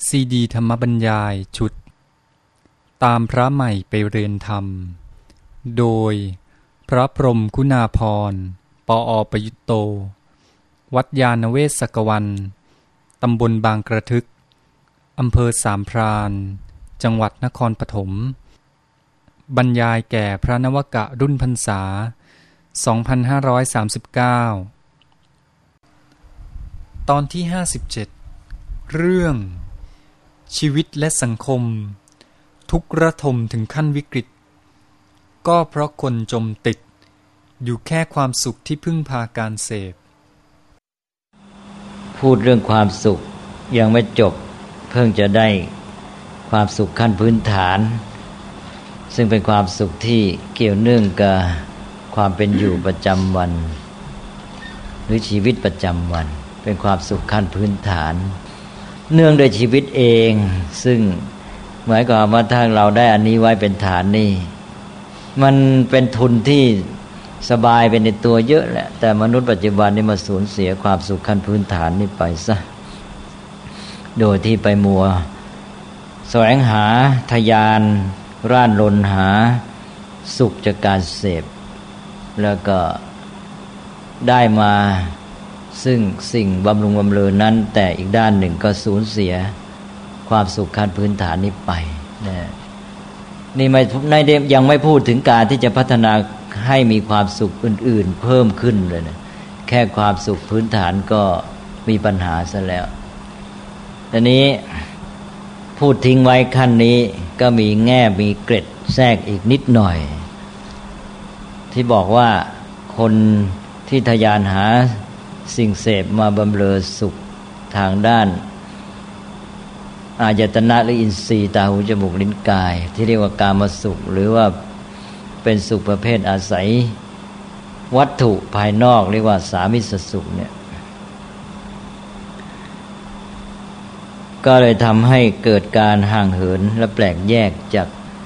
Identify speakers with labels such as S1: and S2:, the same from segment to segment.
S1: ซีดีธรรมบรรยายชุดตามพระใหม่ไปเรียนธรรมโดยพระพรหมคุณาภรณ์ ปอ.ประยุตโต วัดยานเวศกวันตำบลบางกระทึกอำเภอสามพรานจังหวัดนครปฐมบรรยายแก่พระนวกะรุ่นพรรษา 2539 ตอนที่ 57 เรื่องชีวิตและสังคมทุกข์ระทมถึงขั้นวิกฤตก็เพราะคนจมติดอยู่แค่ความสุขที่พึ่งพาการเสพ
S2: พูดเรื่องความสุขยังไม่จบเพิ่งจะได้ความสุขขั้นพื้นฐานซึ่งเป็นความสุขที่เกี่ยวเนื่องกับความเป็นอยู่ประจำวันหรือชีวิตประจำวันเป็นความสุขขั้นพื้นฐานเนื่องโดยชีวิตเองซึ่งหมายความว่าถ้าเราได้อันนี้ไว้เป็นฐานนี่มันเป็นทุนที่สบายเป็นในตัวเยอะแหละแต่มนุษย์ปัจจุบันนี่มาสูญเสียความสุขขั้นพื้นฐานนี่ไปซะโดยที่ไปมัวแสวงหาทะยานร่านรนหาสุขจากการเสพแล้วก็ได้มาซึ่งสิ่งบำรุงบำเรอนั้นแต่อีกด้านหนึ่งก็สูญเสียความสุขขั้นพื้นฐานนี้ไปนะนี่ไม่ยังไม่พูดถึงการที่จะพัฒนาให้มีความสุขอื่นๆเพิ่มขึ้นเลยนะแค่ความสุขพื้นฐานก็มีปัญหาซะแล้วทีนี้พูดทิ้งไว้ขั้นนี้ก็มีแง่มีเกร็ดแทรกอีกนิดหน่อยที่บอกว่าคนที่ทะยานหาสิ่งเสพมาบำเรอสุขทางด้านอายตนะหรืออินทรีย์ตาหูจมูกลิ้นกายที่เรียกว่ากามสุขหรือว่าเป็นสุขประเภทอาศัยวัตถุภายนอกเรียกว่าสามิสสุขเนี่ยก็เลยทำให้เกิดการห่างเหินและแปลกแยกจาก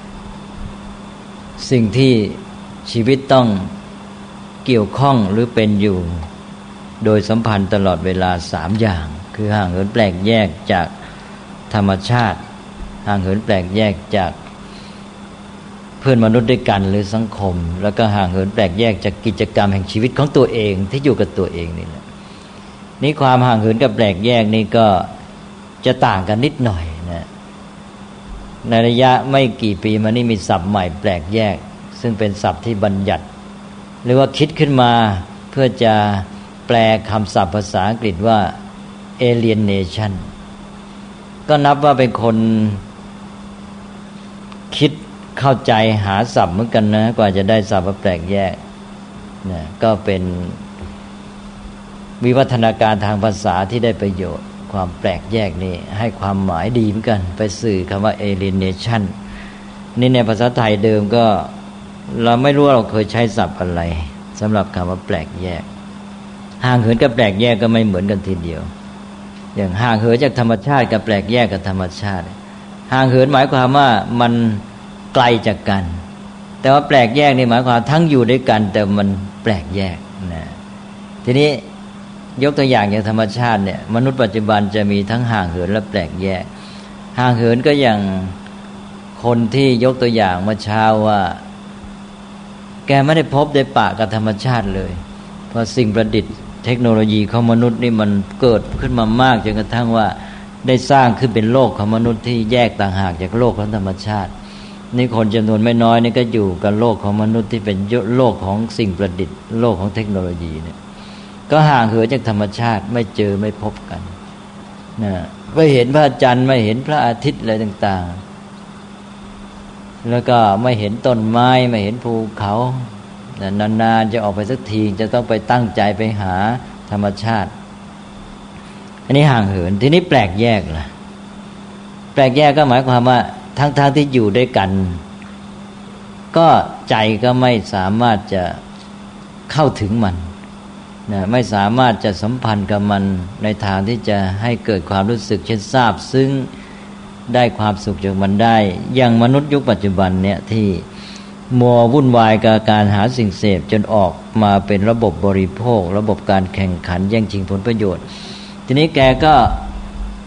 S2: สิ่งที่ชีวิตต้องเกี่ยวข้องหรือเป็นอยู่โดยสัมพันธ์ตลอดเวลา3อย่างคือห่างเหินแปลกแยกจากธรรมชาติห่างเหินแปลกแยกจากเพื่อนมนุษย์ด้วยกันหรือสังคมแล้วก็ห่างเหินแปลกแยกจากกิจกรรมแห่งชีวิตของตัวเองที่อยู่กับตัวเองนี่แหละนี่ความห่างเหินกับแปลกแยกนี่ก็จะต่างกันนิดหน่อยนะในระยะไม่กี่ปีมานี่มีศัพท์ใหม่แปลกแยกซึ่งเป็นศัพท์ที่บัญญัติหรือว่าคิดขึ้นมาเพื่อจะแปลคำศัพท์ภาษาอังกฤษว่า alienation ก็นับว่าเป็นคนคิดเข้าใจหาศัพท์เหมือนกันนะกว่าจะได้ศัพท์ว่าแปลกแยกนะก็เป็นวิวัฒนาการทางภาษาที่ได้ประโยชน์ความแปลกแยกนี่ให้ความหมายดีเหมือนกันไปสื่อคำว่า alienation นี่ในภาษาไทยเดิมก็เราไม่รู้ว่าเราเคยใช้ศัพท์อะไรสำหรับคำว่าแปลกแยกห่างเหินกับแปลกแยกก็ไม่เหมือนกันทีเดียวอย่างห่างเหินจากธรรมชาติกับแปลกแยกกับธรรมชาติห่างเหินหมายความว่ามันไกลจากกันแต่ว่าแปลกแยกนี่หมายความทั้งอยู่ด้วยกันแต่มันแปลกแยกนะทีนี้ยกตัวอย่างอย่างธรรมชาติเนี่ยมนุษย์ปัจจุบันจะมีทั้งห่างเหินและแปลกแยกห่างเหินก็อย่างคนที่ยกตัวอย่างเมื่อเช้าว่าแกไม่ได้พบได้ปะกับธรรมชาติเลยเพราะสิ่งประดิษฐ์เทคโนโลยีของมนุษย์นี่มันเกิดขึ้นมามากจนกระทั่งว่าได้สร้างขึ้นเป็นโลกของมนุษย์ที่แยกต่างหากจากโลกของธรรมชาตินี่คนจำนวนไม่น้อยนี่ก็อยู่กับโลกของมนุษย์ที่เป็นโลกของสิ่งประดิษฐ์โลกของเทคโนโลยีเนี่ยก็ห่างเหินจากธรรมชาติไม่เจอไม่พบกันนะไม่เห็นพระจันทร์ไม่เห็นพระอาทิตย์อะไรต่างๆแล้วก็ไม่เห็นต้นไม้ไม่เห็นภูเขานานๆจะออกไปสักทีจะต้องไปตั้งใจไปหาธรรมชาติอันนี้ห่างเหินทีนี้แปลกแยกล่ะแปลกแยกก็หมายความว่าทั้งที่อยู่ด้วยกันก็ใจก็ไม่สามารถจะเข้าถึงมันนะไม่สามารถจะสัมพันธ์กับมันในทางที่จะให้เกิดความรู้สึกเช่นซาบซึ้งได้ความสุขจากมันได้อย่างมนุษย์ยุคปัจจุบันเนี่ยที่มัววุ่นวายกับการหาสิ่งเสพจนออกมาเป็นระบบบริโภคระบบการแข่งขันแย่งชิงผลประโยชน์ทีนี้แกก็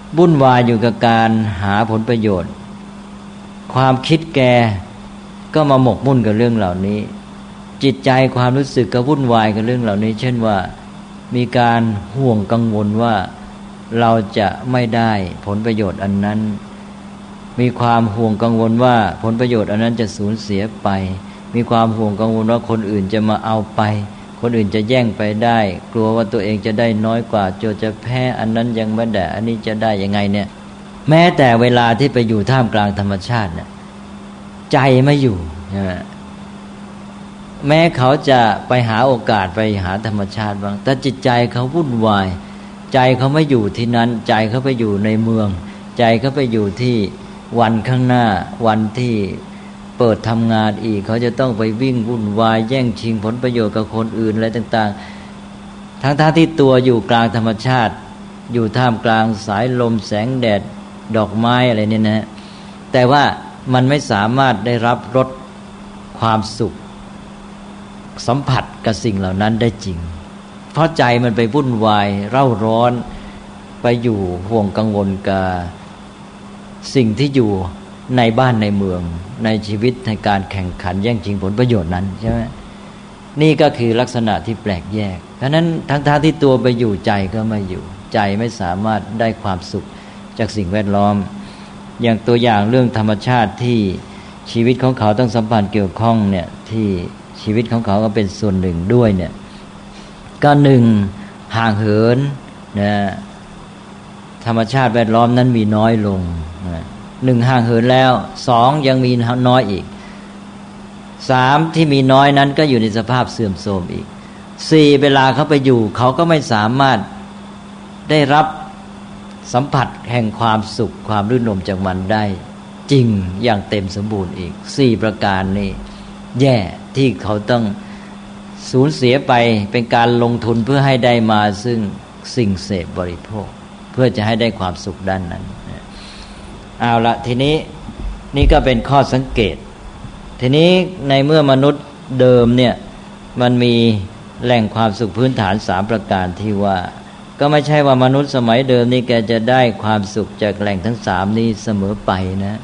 S2: วุ่นวายอยู่กับการหาผลประโยชน์ความคิดแกก็มาหมกมุ่นกับเรื่องเหล่านี้จิตใจความรู้สึกก็วุ่นวายกับเรื่องเหล่านี้เช่นว่ามีการห่วงกังวลว่าเราจะไม่ได้ผลประโยชน์อันนั้นมีความห่วงกังวลว่าผลประโยชน์อันนั้นจะสูญเสียไปมีความห่วงกังวลว่าคนอื่นจะมาเอาไปคนอื่นจะแย่งไปได้กลัวว่าตัวเองจะได้น้อยกว่าจะแพ้อันนั้นยังไม่ได้อันนี้จะได้ยังไงเนี่ยแม้แต่เวลาที่ไปอยู่ท่ามกลางธรรมชาติเนี่ยใจไม่อยู่นะแม้เขาจะไปหาโอกาสไปหาธรรมชาติบ้างแต่จิตใจเขาวุ่นวายใจเขาไม่อยู่ที่นั้นใจเขาไปอยู่ในเมืองใจเขาไปอยู่ที่วันข้างหน้าวันที่เปิดทำงานอีกเขาจะต้องไปวิ่งวุ่นวายแย่งชิงผลประโยชน์กับคนอื่นอะไรต่างๆทั้งที่ตัวอยู่กลางธรรมชาติอยู่ท่ามกลางสายลมแสงแดดดอกไม้อะไรเนี่ยนะแต่ว่ามันไม่สามารถได้รับรสความสุขสัมผัสกับสิ่งเหล่านั้นได้จริงเพราะใจมันไปวุ่นวายเร่าร้อนไปอยู่ห่วงกังวลกับสิ่งที่อยู่ในบ้านในเมืองในชีวิตในการแข่งขันแย่งชิงผลประโยชน์นั้นใช่ไหมนี่ก็คือลักษณะที่แปลกแยกเพราะนั้นทั้งที่ตัวไปอยู่ใจก็ไม่อยู่ใจไม่สามารถได้ความสุขจากสิ่งแวดล้อมอย่างตัวอย่างเรื่องธรรมชาติที่ชีวิตของเขาต้องสัมพันธ์เกี่ยวข้องเนี่ยที่ชีวิตของเขาก็เป็นส่วนหนึ่งด้วยเนี่ยก็หนึ่งห่างเหินนะธรรมชาติแวดล้อมนั้นมีน้อยลงนะหนึ่งห่างเหินแล้วสองยังมีน้อยอีกสามที่มีน้อยนั้นก็อยู่ในสภาพเสื่อมโทรมอีกสี่เวลาเขาไปอยู่เขาก็ไม่สามารถได้รับสัมผัสแห่งความสุขความรื่นรมย์จากมันได้จริงอย่างเต็มสมบูรณ์อีกสี่ประการนี้แย่ที่เขาต้องสูญเสียไปเป็นการลงทุนเพื่อให้ได้มาซึ่งสิ่งเสพบริโภคเพื่อจะให้ได้ความสุขด้านนั้นเอาละทีนี้นี่ก็เป็นข้อสังเกตทีนี้ในเมื่อมนุษย์เดิมเนี่ยมันมีแหล่งความสุขพื้นฐาน3ประการที่ว่าก็ไม่ใช่ว่ามนุษย์สมัยเดิมนี่แกจะได้ความสุขจากแหล่งทั้ง3นี้เสมอไปนะ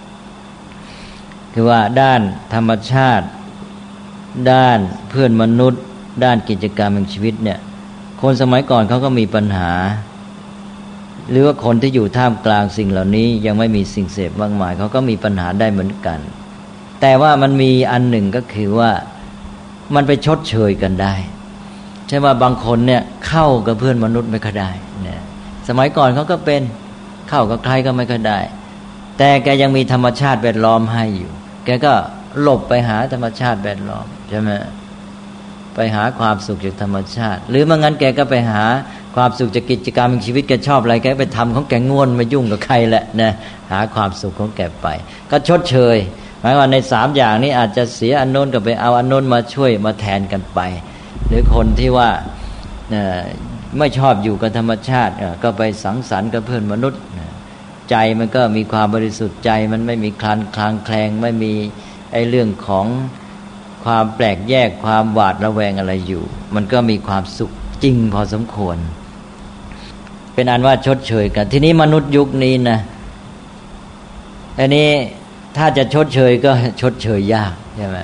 S2: คือว่าด้านธรรมชาติด้านเพื่อนมนุษย์ด้านกิจกรรมแห่งชีวิตเนี่ยคนสมัยก่อนเขาก็มีปัญหาหรือว่าคนที่อยู่ท่ามกลางสิ่งเหล่านี้ยังไม่มีสิ่งเสพมากมายเขาก็มีปัญหาได้เหมือนกันแต่ว่ามันมีอันหนึ่งก็คือว่ามันไปชดเชยกันได้ใช่ว่าบางคนเนี่ยเข้ากับเพื่อนมนุษย์ไม่ค่อยได้เนี่ยสมัยก่อนเขาก็เป็นเข้ากับใครก็ไม่ค่อยได้แต่แกยังมีธรรมชาติแวดล้อมให้อยู่แกก็หลบไปหาธรรมชาติแวดล้อมใช่ไหมไปหาความสุขจากธรรมชาติหรือไม่งั้นแกก็ไปหาความสุขจากกิจกรรมชีวิตแกชอบอะไรแกไปทำของแกง่วนไม่ยุ่งกับใครแหละนะหาความสุขของแกไปก็ชดเชยหมายว่าใน3อย่างนี้อาจจะเสียอันโน้นก็ไปเอาอันโน้นมาช่วยมาแทนกันไปหรือคนที่ว่าไม่ชอบอยู่กับธรรมชาติก็ไปสังสรรค์กับเพื่อนมนุษย์ใจมันก็มีความบริสุทธิ์ใจมันไม่มีคลางแคลงไม่มีไอ้เรื่องของความแปลกแยกความหวาดระแวงอะไรอยู่มันก็มีความสุขจริงพอสมควรเป็นอันว่าชดเชยกันทีนี้มนุษย์ยุคนี้นะอันนี้ถ้าจะชดเชยก็ชดเชยยากใช่ไหม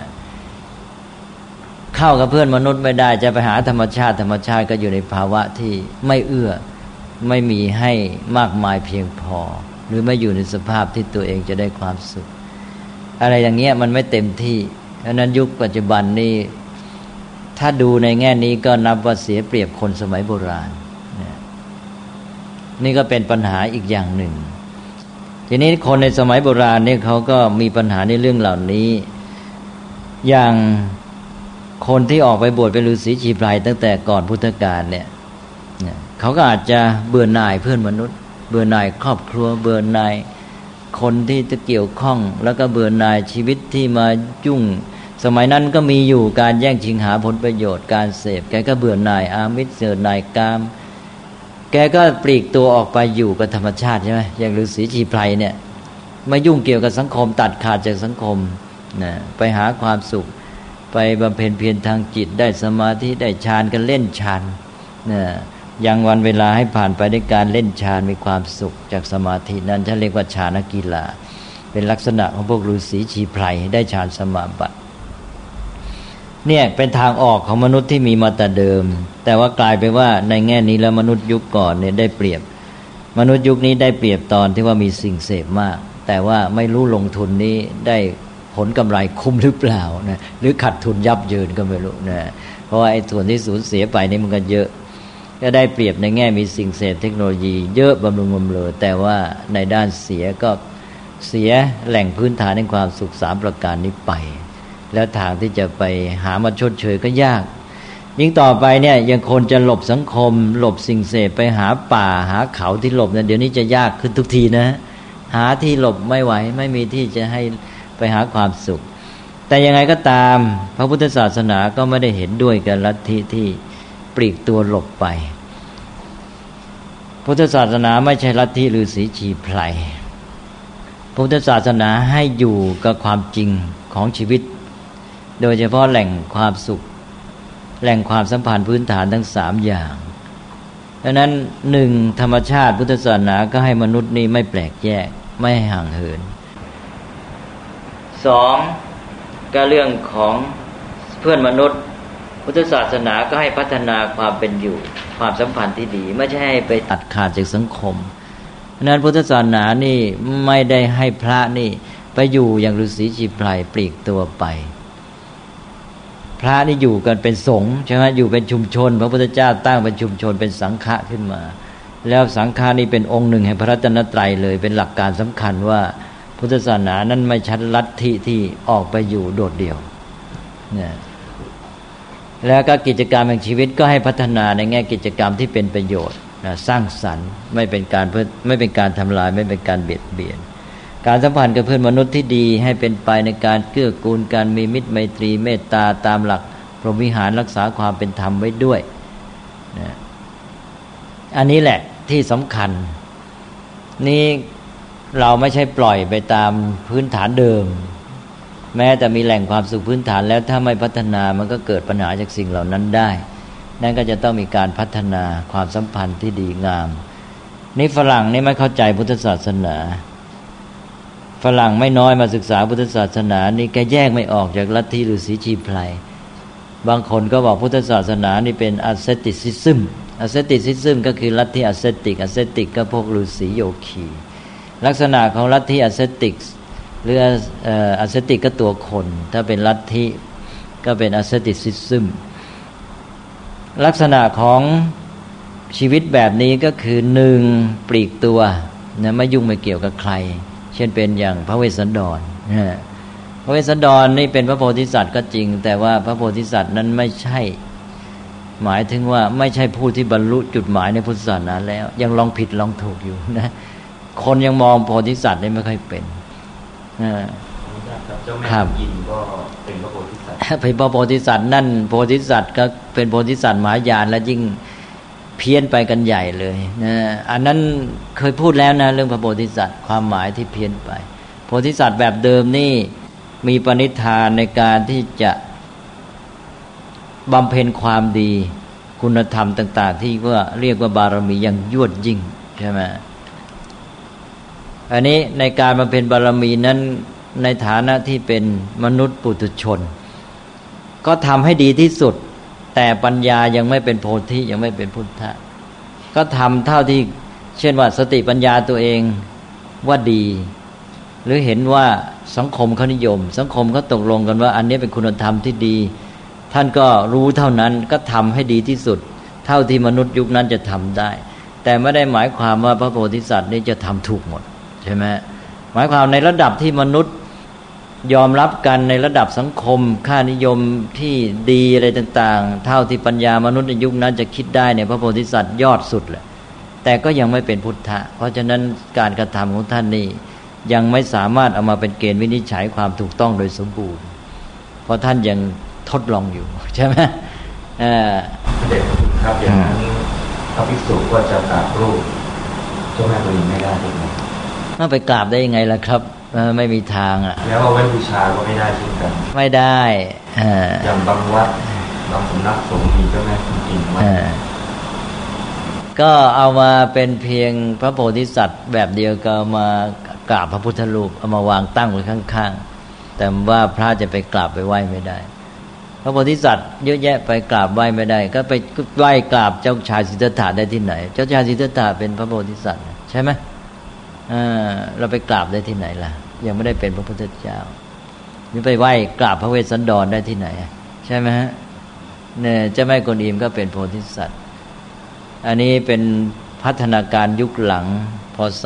S2: เข้ากับเพื่อนมนุษย์ไม่ได้จะไปหาธรรมชาติก็อยู่ในภาวะที่ไม่เอื้อไม่มีให้มากมายเพียงพอหรือไม่อยู่ในสภาพที่ตัวเองจะได้ความสุขอะไรอย่างเงี้ยมันไม่เต็มที่เพราะนั้นยุคปัจจุบันนี้ถ้าดูในแง่นี้ก็นับว่าเสียเปรียบคนสมัยโบราณนี่ก็เป็นปัญหาอีกอย่างหนึ่งทีนี้คนในสมัยโบราณนี่เขาก็มีปัญหาในเรื่องเหล่านี้อย่างคนที่ออกไปบวชเป็นฤาษีชีไพรตั้งแต่ก่อนพุทธกาลเนี่ยเขาก็อาจจะเบื่อหน่ายเพื่อนมนุษย์เบื่อหน่ายครอบครัวเบื่อหน่ายคนที่จะเกี่ยวข้องแล้วก็เบื่อหน่ายชีวิตที่มายุ่งสมัยนั้นก็มีอยู่การแย่งชิงหาผลประโยชน์การเสพแกก็เบื่อหน่ายอามิสเบื่อหน่ายกามแกก็ปลีกตัวออกไปอยู่กับธรรมชาติใช่ไหมอย่างฤาษีชีไพรเนี่ยไม่ยุ่งเกี่ยวกับสังคมตัดขาดจากสังคมนะไปหาความสุขไปบำเพ็ญเพียรทางจิตได้สมาธิได้ฌานกันเล่นฌานนะยังวันเวลาให้ผ่านไปด้วยการเล่นฌานมีความสุขจากสมาธินั้นฉันเรียกว่าฌานกีฬาเป็นลักษณะของพวกฤาษีชีไพรได้ฌานสมาบัติเนี่ยเป็นทางออกของมนุษย์ที่มีมาแต่เดิมแต่ว่ากลายไปว่าในแง่นี้แล้วมนุษย์ยุคก่อนเนี่ยได้เปรียบมนุษย์ยุคนี้ได้เปรียบตอนที่ว่ามีสิ่งเสพมากแต่ว่าไม่รู้ลงทุนนี้ได้ผลกำไรคุ้มหรือเปล่านะหรือขาดทุนยับเยินก็ไม่รู้นะเพราะว่าไอ้ส่วนที่สูญเสียไปนี่มันก็เยอะก็ได้เปรียบในแง่มีสิ่งเสพเทคโนโลยีเยอะบำรุงบำเรอแต่ว่าในด้านเสียก็เสียแหล่งพื้นฐานในความสุข3ประการนี้ไปแล้วทางที่จะไปหามาชดเชยก็ยากยิ่งต่อไปเนี่ยยังคนจะหลบสังคมหลบสิ่งเสพไปหาป่าหาเขาที่หลบเนี่ยเดี๋ยวนี้จะยากขึ้นทุกทีนะหาที่หลบไม่ไหวไม่มีที่จะให้ไปหาความสุขแต่ยังไงก็ตามพระพุทธศาสนาก็ไม่ได้เห็นด้วยกับลัทธิที่ปลีกตัวหลบไปพุทธศาสนาไม่ใช่ลัทธิฤาษีชีไพรพุทธศาสนาให้อยู่กับความจริงของชีวิตโดยเฉพาะแหล่งความสุขแหล่งความสัมพันธ์พื้นฐานทั้ง3อย่างดังนั้น1ธรรมชาติพุทธศาสนาก็ให้มนุษย์นี่ไม่แปลกแยกไม่ห่างเหิน2ก็เรื่องของเพื่อนมนุษย์พุทธศาสนาก็ให้พัฒนาความเป็นอยู่ความสัมพันธ์ที่ดีไม่ใช่ให้ไปตัดขาดจากสังคมดังนั้นพุทธศาสนานี่ไม่ได้ให้พระนี่ไปอยู่อย่างฤาษีชีไพรปลีกตัวไปพระนี่อยู่กันเป็นสงฆ์ใช่ไหมอยู่เป็นชุมชนพระพุทธเจ้าตั้งเป็นชุมชนเป็นสังฆะขึ้นมาแล้วสังฆานี่เป็นองค์หนึ่งแห่งพระรัตนตรัยเลยเป็นหลักการสำคัญว่าพุทธศาสนานั้นไม่ใช่ลัทธิที่ออกไปอยู่โดดเดี่ยวเนี่ยแล้วก็กิจกรรมแห่งชีวิตก็ให้พัฒนาในแง่กิจกรรมที่เป็นประโยชน์นะสร้างสรรค์ไม่เป็นการทำลายไม่เป็นการเบียดเบียนการสัมพันธ์กับเพื่อนมนุษย์ที่ดีให้เป็นไปในการเกื้อกูลการมีมิตรไมตรีเมตตาตามหลักพรหมวิหารรักษาความเป็นธรรมไว้ด้วยนะอันนี้แหละที่สำคัญนี่เราไม่ใช่ปล่อยไปตามพื้นฐานเดิมแม้แต่มีแหล่งความสุขพื้นฐานแล้วถ้าไม่พัฒนามันก็เกิดปัญหาจากสิ่งเหล่านั้นได้นั่นก็จะต้องมีการพัฒนาความสัมพันธ์ที่ดีงามนี่ฝรั่งนี่ไม่เข้าใจพุทธศาสนาฝรั่งไม่น้อยมาศึกษาพุทธศาสนานี่แกแยกไม่ออกจากลัทธิฤาษีชีไพรบางคนก็บอกพุทธศาสนานี่เป็นอะเซติซิซึมอะเซติซิซึมก็คือลัทธิอะเซติกก็พวกฤาษีโยคีลักษณะของลัทธิอะเซติกหรืออะเซติกก็ตัวคนถ้าเป็นลัทธิก็เป็นอะเซติซิซึมลักษณะของชีวิตแบบนี้ก็คือ1ปลีกตัวนะไม่ยุ่งไม่เกี่ยวกับใครเช่นเป็นอย่างพระเวสสันดรพระเวสสันดรนี่เป็นพระโพธิสัตว์ก็จริงแต่ว่าพระโพธิสัตว์นั้นไม่ใช่หมายถึงว่าไม่ใช่ผู้ที่บรรลุจุดหมายในพุทธศาสนาแล้วยังลองผิดลองถูกอยู่นะคนยังมองโพธิสัตว์ได้ไม่ค่อยเป็นครับยินก็เป็นพระโพธิสัตว์เป็นพระโพธิสัตว์นั่นโพธิสัตว์ก็เป็นโพธิสัตว์มหายานแล้วยิ่งเพี้ยนไปกันใหญ่เลยนะอันนั้นเคยพูดแล้วนะเรื่องพระโพธิสัตว์ความหมายที่เพี้ยนไปโพธิสัตว์แบบเดิมนี่มีปณิธานในการที่จะบำเพ็ญความดีคุณธรรมต่างๆที่ว่าเรียกว่าบารมีอย่างยวดยิ่งใช่ไหมอันนี้ในการบำเพ็ญบารมีนั้นในฐานะที่เป็นมนุษย์ปุถุชนก็ทำให้ดีที่สุดแต่ปัญญายังไม่เป็นโพธิยังไม่เป็นพุทธะก็ทำเท่าที่เช่นว่าสติปัญญาตัวเองว่าดีหรือเห็นว่าสังคมเขานิยมสังคมเขาตกลงกันว่าอันนี้เป็นคุณธรรมที่ดีท่านก็รู้เท่านั้นก็ทำให้ดีที่สุดเท่าที่มนุษย์ยุคนั้นจะทำได้แต่ไม่ได้หมายความว่าพระโพธิสัตว์นี้จะทำถูกหมดใช่ไหมหมายความในระดับที่มนุษย์ยอมรับกันในระดับสังคมค่านิยมที่ดีอะไรต่างๆเท่าที่ปัญญามนุษย์ในยุคนั้นจะคิดได้เนี่ยพระโพธิสัตว์ยอดสุดแหละแต่ก็ยังไม่เป็นพุทธะเพราะฉะนั้นการกระทำของท่านนี่ยังไม่สามารถเอามาเป็นเกณฑ์วินิจฉัยความถูกต้องโดยสมบูรณ์เพราะท่านยังทดลองอยู่ใช่ไหม
S3: เด็กครับอย่างนั้นพระภิกษุก็จะกราบรูปเจ้าแม่ตัวเองไม่ได้ใช่ไหม
S2: ไปกราบได้ยังไงล่ะครับไม่มีทางอ่ะ
S3: แล้วเอาไว้บูชาก็ไม่ได้เช่นกัน
S2: ไม่ได้
S3: อย่างบางวัดบางสำนักสงฆ์มีเจ้าแม่จริงๆว่า
S2: ก็เอามาเป็นเพียงพระโพธิสัตว์แบบเดียวก็มากราบพระพุทธรูปเอามาวางตั้งไว้ข้างๆแต่ว่าพระจะไปกราบไปไหว้ไม่ได้พระโพธิสัตว์เยอะแยะไปกราบไหว้ไม่ได้ก็ไปไหว้กราบเจ้าชายสิทธัตถะได้ที่ไหนเจ้าชายสิทธัตถะเป็นพระโพธิสัตว์ใช่ไหมเราไปกราบได้ที่ไหนล่ะยังไม่ได้เป็นพระพุทธเจ้านี่ไปไหว้กราบพระเวสสันดรได้ที่ไหนใช่ไหมฮะเนี่ยเจ้าแม่กวนอิมก็เป็นโพธิสัตว์อันนี้เป็นพัฒนาการยุคหลังพศ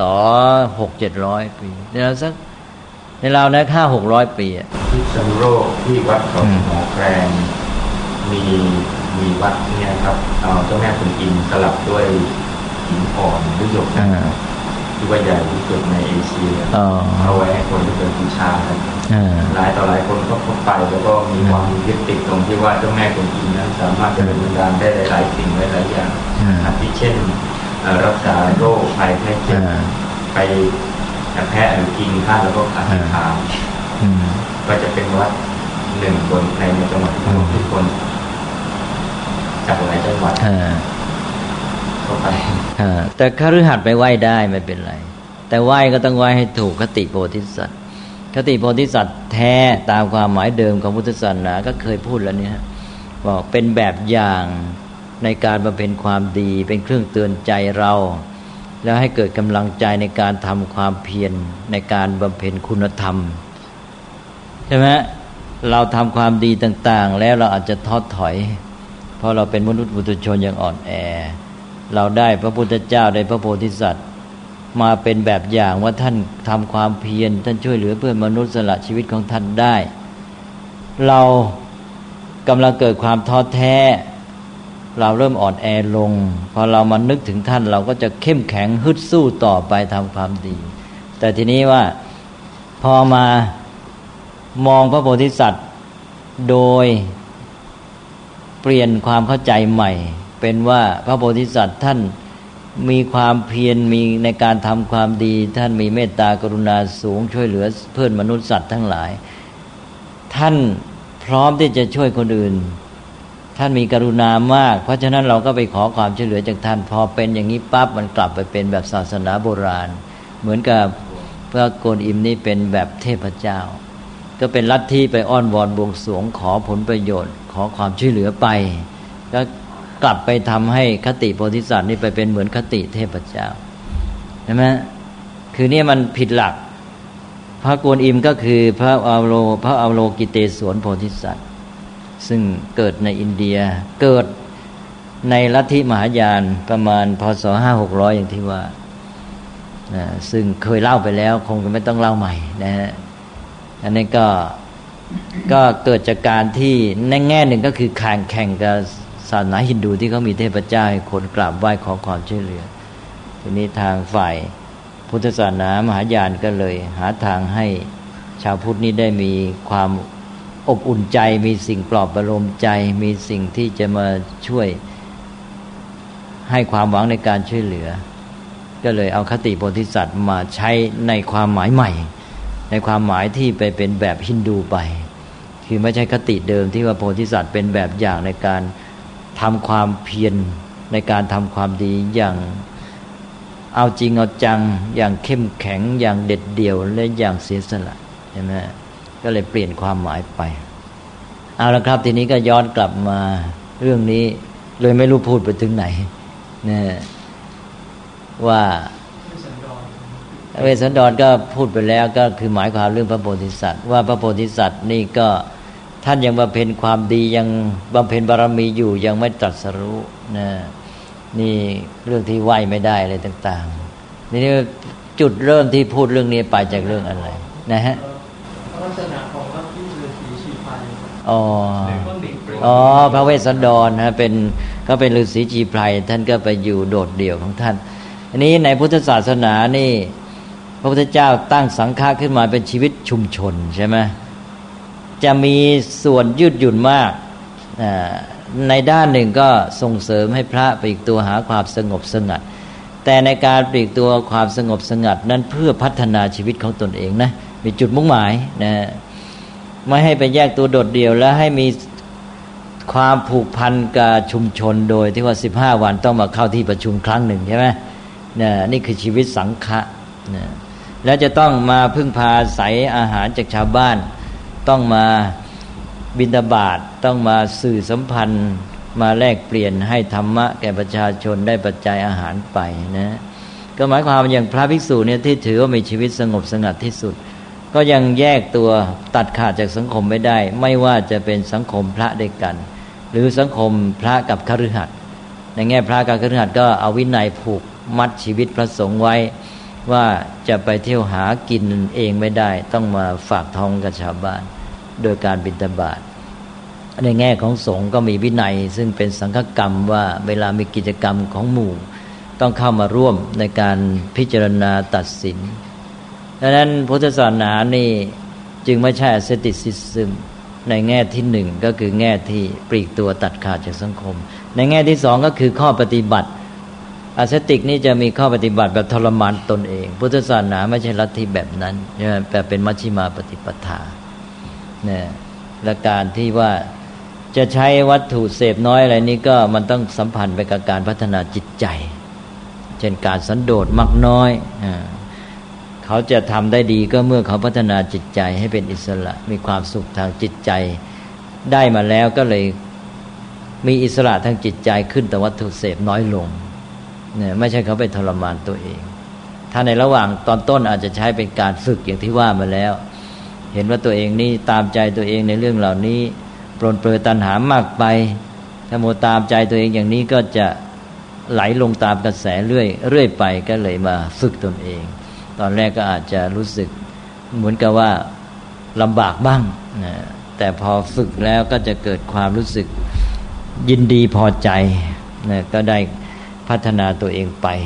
S2: 600-700 ปีในเราสักในเรานะ500-600 ปี
S3: ที่สมุโรคที่วัดเขาหมอแกรงมีวัดเนี่ยครับเอาเจ้าแม่กวนอิมสลับด้วยหินอ่อนหรือหยกที่ว่าใหญ่ที่สุดในเอเชียเอาไว้ให้คนที่เป็นบูชาหลายต่อหลายคนก็พบไปแล้วก็มีความยึดติดตรงที่ว่าเจ้าแม่กวนอิมนั้นสามารถจะเป็นบันดาลได้หลายสิ่งหลายอย่างอาทิเช่นรักษาโรคภัยไข้เจ็บไปแพ้หรือกินข้าวแล้วก็ขาดขาวก็จะเป็นวัดหนึ่งคนในจังหวัดทุกคนจากหลายจังหวัดเข้าไป
S2: แต่คฤหัสถ์ไปไหว้ได้ไม่เป็นไรแต่ไหว้ก็ต้องไหว้ให้ถูกคติโพธิสัตว์คติโพธิสัตว์แท้ตามความหมายเดิมของพุทธศาสนาก็เคยพูดแล้วเนี่ยบอกเป็นแบบอย่างในการบำเพ็ญความดีเป็นเครื่องเตือนใจเราแล้วให้เกิดกำลังใจในการทำความเพียรในการบำเพ็ญคุณธรรมใช่ไหมเราทำความดีต่างๆแล้วเราอาจจะท้อถอยเพราะเราเป็นมนุษย์ปุถุชนอย่างอ่อนแอเราได้พระพุทธเจ้าได้พระโพธิสัตว์มาเป็นแบบอย่างว่าท่านทำความเพียรท่านช่วยเหลือเพื่อนมนุษย์สละชีวิตของท่านได้เรากำลังเกิดความท้อแท้เราเริ่มอ่อนแอลงพอเรามานึกถึงท่านเราก็จะเข้มแข็งฮึดสู้ต่อไปทำความดีแต่ทีนี้ว่าพอมามองพระโพธิสัตว์โดยเปลี่ยนความเข้าใจใหม่เป็นว่าพระโพธิสัตว์ท่านมีความเพียรมีในการทำความดีท่านมีเมตตากรุณาสูงช่วยเหลือเพื่อนมนุษย์สัตว์ทั้งหลายท่านพร้อมที่จะช่วยคนอื่นท่านมีกรุณามากเพราะฉะนั้นเราก็ไปขอความช่วยเหลือจากท่านพอเป็นอย่างนี้ปั๊บมันกลับไปเป็นแบบศาสนาโบราณเหมือนกับพระโกนอิมนี่เป็นแบบเทพเจ้าก็เป็นลัทธิไปอ้อนวอนบวงสรวงขอผลประโยชน์ขอความช่วยเหลือไปก็กลับไปทำให้คติโพธิสัตว์นี่ไปเป็นเหมือนคติเทพเจ้าใช่ไหมคือเนี่ยมันผิดหลักพระโกนอิมก็คือพระอโลกิเตศวรโพธิสัตว์ซึ่งเกิดในอินเดียเกิดในลัทธิมหายานประมาณพศ500-600อย่างที่ว่าซึ่งเคยเล่าไปแล้วคงจะไม่ต้องเล่าใหม่นะฮะอันนี้ก็เกิดจากการที่ในแง่หนึ่งก็คือแข่งกับศาสนาฮินดูที่เขามีเทพเจ้าให้คนกราบไหว้ขอความช่วยเหลือทีนี้ทางฝ่ายพุทธศาสนามหายานก็เลยหาทางให้ชาวพุทธนี้ได้มีความอบอุ่นใจมีสิ่งปลอบประโลมใจมีสิ่งที่จะมาช่วยให้ความหวังในการช่วยเหลือก็เลยเอาคติโพธิสัตว์มาใช้ในความหมายใหม่ในความหมายที่ไปเป็นแบบฮินดูไปคือไม่ใช่คติเดิมที่ว่าโพธิสัตว์เป็นแบบอย่างในการทำความเพียรในการทำความดีอย่างเอาจริงเอาจังอย่างเข้มแข็งอย่างเด็ดเดี่ยวและอย่างเสียสละใช่ไหมก็เลยเปลี่ยนความหมายไปเอาละครับทีนี้ก็ย้อนกลับมาเรื่องนี้เลยไม่รู้พูดไปถึงไหนนะว่าเวสสันดรก็พูดไปแล้วก็คือหมายความเรื่องพระโพธิสัตว์ว่าพระโพธิสัตว์นี่ก็ท่านยังบำเพ็ญความดียังบำเพ็ญบารมีอยู่ยังไม่ตรัสรู้นะนี่เรื่องที่ไหวไม่ได้อะไรต่างๆนี่จุดเริ่มที่พูดเรื่องนี้ไปจากเรื่องอะไรนะฮะลักษณะของพระฤาษีชีไพรพระเวสสันดรนะก็เป็นฤาษีชีไพรท่านก็ไปอยู่โดดเดี่ยวของท่านอันนี้ในพุทธศาสนานี่พระพุทธเจ้าตั้งสังฆะขึ้นมาเป็นชีวิตชุมชนใช่ไหมจะมีส่วนยืดหยุ่นมากในด้านหนึ่งก็ส่งเสริมให้พระปลีกตัวหาความสงบสงัดแต่ในการปลีกตัวความสงบสงัดนั้นเพื่อพัฒนาชีวิตของตนเองนะมีจุดมุ่งหมายนะไม่ให้ไปแยกตัวโดดเดี่ยวแล้วให้มีความผูกพันกับชุมชนโดยที่ว่า15วันต้องมาเข้าที่ประชุมครั้งหนึ่งใช่ไหมนี่คือชีวิตสังฆะแล้วจะต้องมาพึ่งพาอาศัยอาหารจากชาวบ้านต้องมาบิณฑบาตต้องมาสื่อสัมพันธ์มาแลกเปลี่ยนให้ธรรมะแก่ประชาชนได้ปัจจัยอาหารไปนะก็หมายความอย่างพระภิกษุเนี่ยที่ถือว่ามีชีวิตสงบสงัดที่สุดก็ยังแยกตัวตัดขาดจากสังคมไม่ได้ไม่ว่าจะเป็นสังคมพระด้วยกันหรือสังคมพระกับคฤหัสถ์ในแง่พระกับคฤหัสถ์ก็เอาวินัยผูกมัดชีวิตพระสงฆ์ไว้ว่าจะไปเที่ยวหากินเองไม่ได้ต้องมาฝากท้องกับชาวบ้านโดยการบิณฑบาตในแง่ของสงฆ์ก็มีวินัยซึ่งเป็นสังฆกรรมว่าเวลามีกิจกรรมของหมู่ต้องเข้ามาร่วมในการพิจารณาตัดสินดังนั้นพุทธศาสนานี่จึงไม่ใช่ asceticism ในแง่ที่หนึ่งก็คือแง่ที่ปลีกตัวตัดขาดจากสังคมในแง่ที่สองก็คือข้อปฏิบัติascetic นี่จะมีข้อปฏิบัติแบบทรมานตนเองพุทธศาสนาไม่ใช่ลัทธิแบบนั้นใช่ไหมแต่เป็นมัชฌิมาปฏิปทาเนี่ยและการที่ว่าจะใช้วัตถุเสพน้อยอะไรนี้ก็มันต้องสัมพันธ์ไปกับการพัฒนาจิตใจเช่นการสันโดษมักน้อยเขาจะทำได้ดีก็เมื่อเขาพัฒนาจิตใจให้เป็นอิสระมีความสุขทางจิตใจได้มาแล้วก็เลยมีอิสระทางจิตใจขึ้นแต่วัตถุเสพน้อยลงเนี่ยไม่ใช่เขาไปทรมานตัวเองถ้าในระหว่างตอนต้นอาจจะใช้เป็นการฝึกอย่างที่ว่ามาแล้วเห็นว่าตัวเองนี่ตามใจตัวเองในเรื่องเหล่านี้ปรนเปรอตัณหามากไปถ้าโมตามใจตัวเองอย่างนี้ก็จะไหลลงตามกระแสเรื่อยไปก็เลยมาฝึกตนเองตอนแรกก็อาจจะรู้สึกเหมือนกับว่าลำบากบ้างนะแต่พอฝึกแล้วก็จะเกิดความรู้สึกยินดีพอใจนะก็ได้พัฒนาตัวเองไป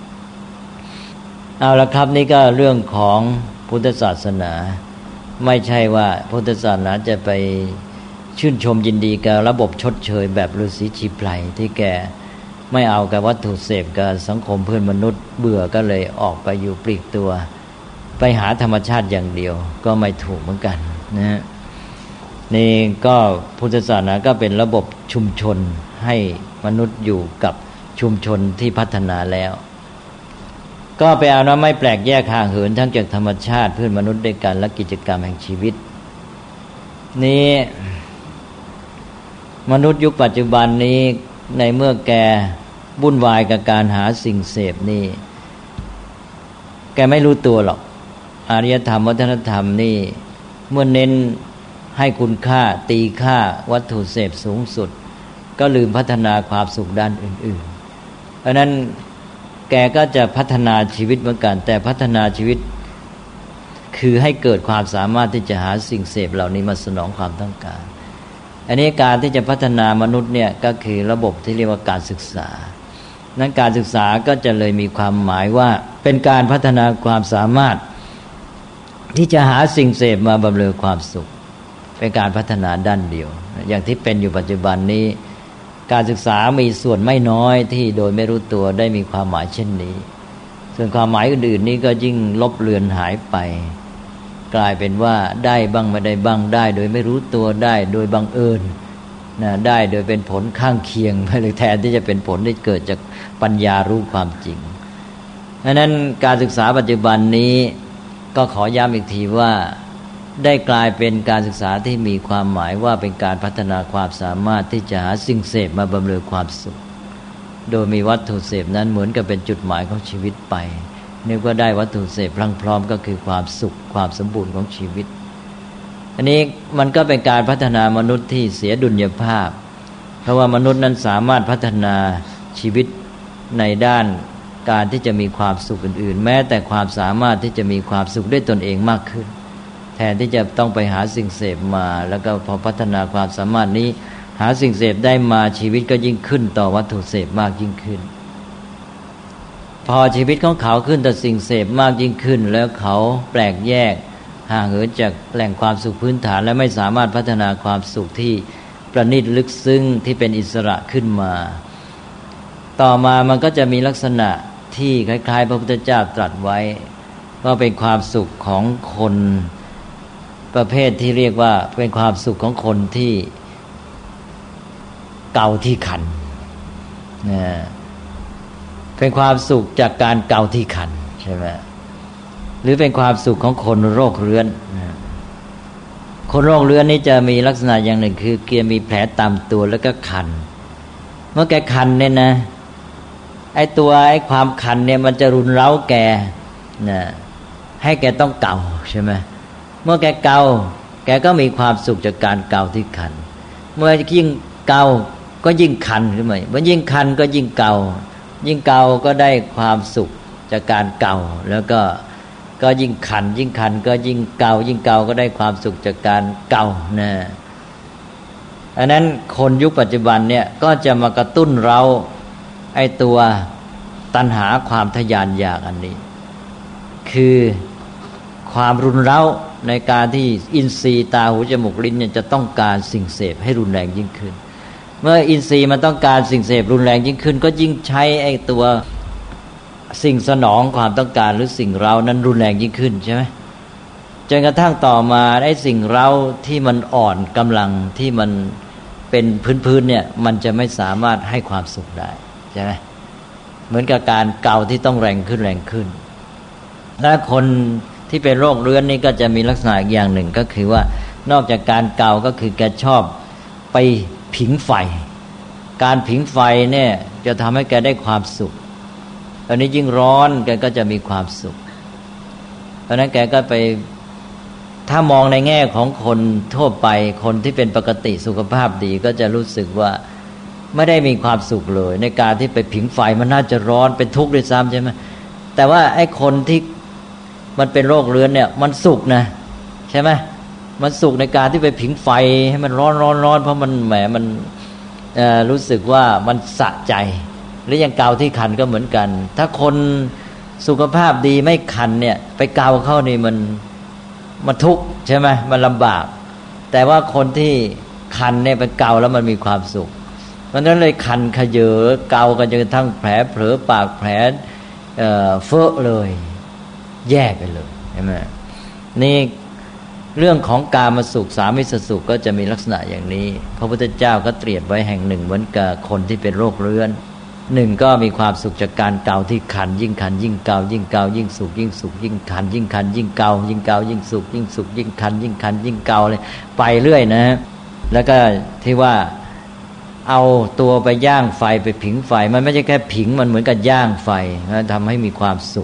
S2: เอาละครับนี่ก็เรื่องของพุทธศาสนาไม่ใช่ว่าพุทธศาสนาจะไปชื่นชมยินดีกับระบบชดเชยแบบฤาษีชีไพรที่แกไม่เอากับวัตถุเสพกับสังคมเพื่อนมนุษย์เบื่อก็เลยออกไปอยู่ปลีกตัวไปหาธรรมชาติอย่างเดียวก็ไม่ถูกเหมือนกันนะนี่ก็พุทธศาสนาก็เป็นระบบชุมชนให้มนุษย์อยู่กับชุมชนที่พัฒนาแล้วก็ไปเอาว่าไม่แปลกแยกห่างเหินทั้งจากธรรมชาติเพื่อนมนุษย์ด้วยกันและกิจกรรมแห่งชีวิตนี้มนุษย์ยุคปัจจุบันนี้ในเมื่อแกวุ่นวายกับการหาสิ่งเสพนี่แกไม่รู้ตัวหรอกอารยธรรมวัฒนธรรมนี่เมื่อเน้นให้คุณค่าตีค่าวัตถุเสพสูงสุดก็ลืมพัฒนาความสุขด้านอื่นๆเพราะนั้นแกก็จะพัฒนาชีวิตเหมือนกันแต่พัฒนาชีวิตคือให้เกิดความสามารถที่จะหาสิ่งเสพเหล่านี้มาสนองความต้องการอันนี้การที่จะพัฒนามนุษย์เนี่ยก็คือระบบที่เรียกว่าการศึกษานั้นการศึกษาก็จะเลยมีความหมายว่าเป็นการพัฒนาความสามารถที่จะหาสิ่งเสพมาบำเรอความสุขเป็นการพัฒนาด้านเดียวอย่างที่เป็นอยู่ปัจจุบันนี้การศึกษามีส่วนไม่น้อยที่โดยไม่รู้ตัวได้มีความหมายเช่นนี้ส่วนความหมายอื่นๆนี้ก็ยิ่งลบเลือนหายไปกลายเป็นว่าได้บ้างไม่ได้บ้างได้โดยไม่รู้ตัวได้โดยบังเอิญนะได้โดยเป็นผลข้างเคียงไปเลยแทนที่จะเป็นผลที่เกิดจากปัญญารู้ความจริงดังนั้นการศึกษาปัจจุบันนี้ก็ขอย้ำอีกทีว่าได้กลายเป็นการศึกษาที่มีความหมายว่าเป็นการพัฒนาความสามารถที่จะหาสิ่งเสพมาบำเรอความสุขโดยมีวัตถุเสพนั้นเหมือนกับเป็นจุดหมายของชีวิตไปนึกว่าได้วัตถุเสพพร้อมก็คือความสุขความสมบูรณ์ของชีวิตอันนี้มันก็เป็นการพัฒนามนุษย์ที่เสียดุลยภาพเพราะว่ามนุษย์นั้นสามารถพัฒนาชีวิตในด้านการที่จะมีความสุขอื่นๆแม้แต่ความสามารถที่จะมีความสุขด้วยตนเองมากขึ้นแทนที่จะต้องไปหาสิ่งเสพมาแล้วก็พอพัฒนาความสามารถนี้หาสิ่งเสพได้มาชีวิตก็ยิ่งขึ้นต่อวัตถุเสพมากยิ่งขึ้นพอชีวิตของเขาขึ้นต่อสิ่งเสพมากยิ่งขึ้นแล้วเขาแปลกแยกห่างเหินจากแหล่งความสุขพื้นฐานและไม่สามารถพัฒนาความสุขที่ประณีตลึกซึ้งที่เป็นอิสระขึ้นมาต่อมามันก็จะมีลักษณะที่คล้ายๆพระพุทธเจ้าตรัสไว้ว่าเป็นความสุขของคนประเภทที่เรียกว่าเป็นความสุขของคนที่เกาที่คันนะเป็นความสุขจากการเกาที่คันใช่ไหมหรือเป็นความสุขของคนโรคเรื้อนคนโรคเรื้อนนี้จะมีลักษณะอย่างหนึ่งคือเกียมีแผลตามตัวแล้วก็คันเมื่อแกคันเนี่ยนะไอ้ความคันเนี่ยมันจะรุนเร้าแกนะให้แกต้องเกาใช่ไหมเมื่อแกเกาแกก็มีความสุขจากการเกาที่คันเมื่อยิ่งเกาก็ยิ่งคันขึ้นมาเมื่อยิ่งคันก็ยิ่งเกายิ่งเกาก็ได้ความสุขจากการเกาแล้วก็ยิ่งคันก็ยิ่งเกายิ่งเกาก็ได้ความสุขจากการเกานะอันนั้นคนยุคปัจจุบันเนี่ยก็จะมากระตุ้นเราไอ้ตัวตัณหาความทยานอยากอันนี้คือความรุนแรงในการที่อินทรีย์ตาหูจมูกลิ้นเนี่ยจะต้องการสิ่งเสพให้รุนแรงยิ่งขึ้นเมื่ออินทรีย์มันต้องการสิ่งเสพรุนแรงยิ่งขึ้นก็ยิ่งใช้ไอ้ตัวสิ่งสนองความต้องการหรือสิ่งเร้านั้นรุนแรงยิ่งขึ้นใช่ไหมจนกระทั่งต่อมาไอ้สิ่งเร้าที่มันอ่อนกำลังที่มันเป็นพื้นๆเนี่ยมันจะไม่สามารถให้ความสุขได้ใช่ไหมเหมือนกับการเกาที่ต้องแรงขึ้นและคนที่เป็นโรคเรื้อนนี่ก็จะมีลักษณะอีกอย่างหนึ่งก็คือว่านอกจากการเกาก็คือแกชอบไปผิงไฟการผิงไฟเนี่ยจะทำให้แกได้ความสุขตอนนี้ยิ่งร้อนแกก็จะมีความสุขเพราะนั้นแกก็ไปถ้ามองในแง่ของคนทั่วไปคนที่เป็นปกติสุขภาพดีก็จะรู้สึกว่าไม่ได้มีความสุขเลยในการที่ไปผิงไฟมันน่าจะร้อนเป็นทุกข์ด้วยซ้ำใช่ไหมแต่ว่าไอ้คนที่มันเป็นโรคเรื้อนเนี่ยมันสุขนะใช่ไหมมันสุขในการที่ไปผิงไฟให้มันร้อนเพราะมันแหมมันรู้สึกว่ามันสะใจหรืออย่างเกาที่คันก็เหมือนกันถ้าคนสุขภาพดีไม่คันเนี่ยไปเกาเข้านี่มันทุกข์ใช่ไหมมันลำบากแต่ว่าคนที่คันเนี่ยไปเกาแล้วมันมีความสุขเพราะฉะนั้นเลยคันขยเยอเกากันจนกระทั่งแผลเผลอปากแผลเฟ้อเลยแย่ไปเลยใช่ไหมนี่เรื่องของกามสุขสามิสสุขก็จะมีลักษณะอย่างนี้พระพุทธเจ้าก็เตรียมไว้แห่งหนึ่งเหมือนกับคนที่เป็นโรคเรื้อนหนึ่งก็มีความสุขจากการเกาที่คันยิ่งคันยิ่งเกายิ่งเกายิ่งสุขยิ่งสุขยิ่งคันยิ่งคันยิ่งเกายิ่งเกายิ่งสุขยิ่งสุขยิ่งคันยิ่งคันยิ่งเกาเลยไปเรื่อยนะแล้วก็ที่ว่าเอาตัวไปย่างไฟไปผิงไฟมันไม่ใช่แค่ผิงมันเหมือนกับย่างไฟนะทำให้มีความสุข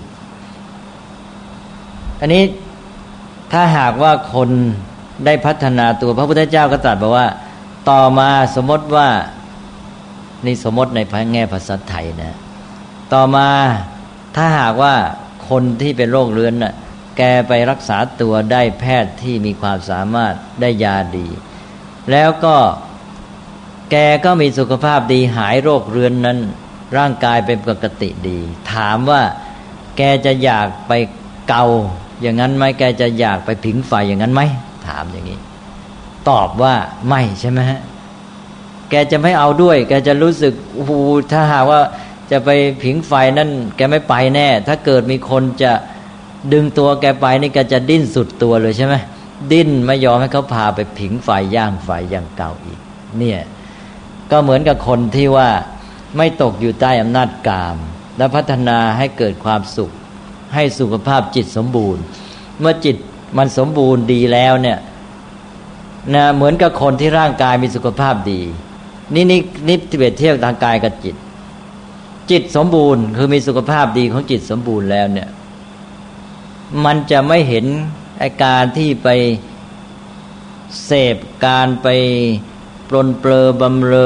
S2: อันนี้ถ้าหากว่าคนได้พัฒนาตัวพระพุทธเจ้าก็ตรัสบอกว่าต่อมาสมมติว่านี่สมมติในแง่ภาษาไทยนะต่อมาถ้าหากว่าคนที่เป็นโรคเรื้อนน่ะแกไปรักษาตัวได้แพทย์ที่มีความสามารถได้ยาดีแล้วก็แกก็มีสุขภาพดีหายโรคเรื้อนนั้นร่างกายเป็นปกติดีถามว่าแกจะอยากไปเกาอย่างนั้นไหมแกจะอยากไปผิงไฟอย่างนั้นไหมถามอย่างนี้ตอบว่าไม่ใช่ไหมฮะแกจะไม่เอาด้วยแกจะรู้สึกโอ้โหถ้าหากว่าจะไปผิงไฟนั่นแกไม่ไปแน่ถ้าเกิดมีคนจะดึงตัวแกไปนี่แกจะดิ้นสุดตัวเลยใช่ไหมดิ้นไม่ยอมให้เขาพาไปผิงไฟย่างไฟอย่างเก่าอีกเนี่ยก็เหมือนกับคนที่ว่าไม่ตกอยู่ใต้อำนาจกามและพัฒนาให้เกิดความสุขให้สุขภาพจิตสมบูรณ์เมื่อจิตมันสมบูรณ์ดีแล้วเนี่ยนะเหมือนกับคนที่ร่างกายมีสุขภาพดีนี่เปรียบเทียบทางกายกับจิตสมบูรณ์คือมีสุขภาพดีของจิตสมบูรณ์แล้วเนี่ยมันจะไม่เห็นอาการที่ไปเสพการไปปรนเปรอบำเร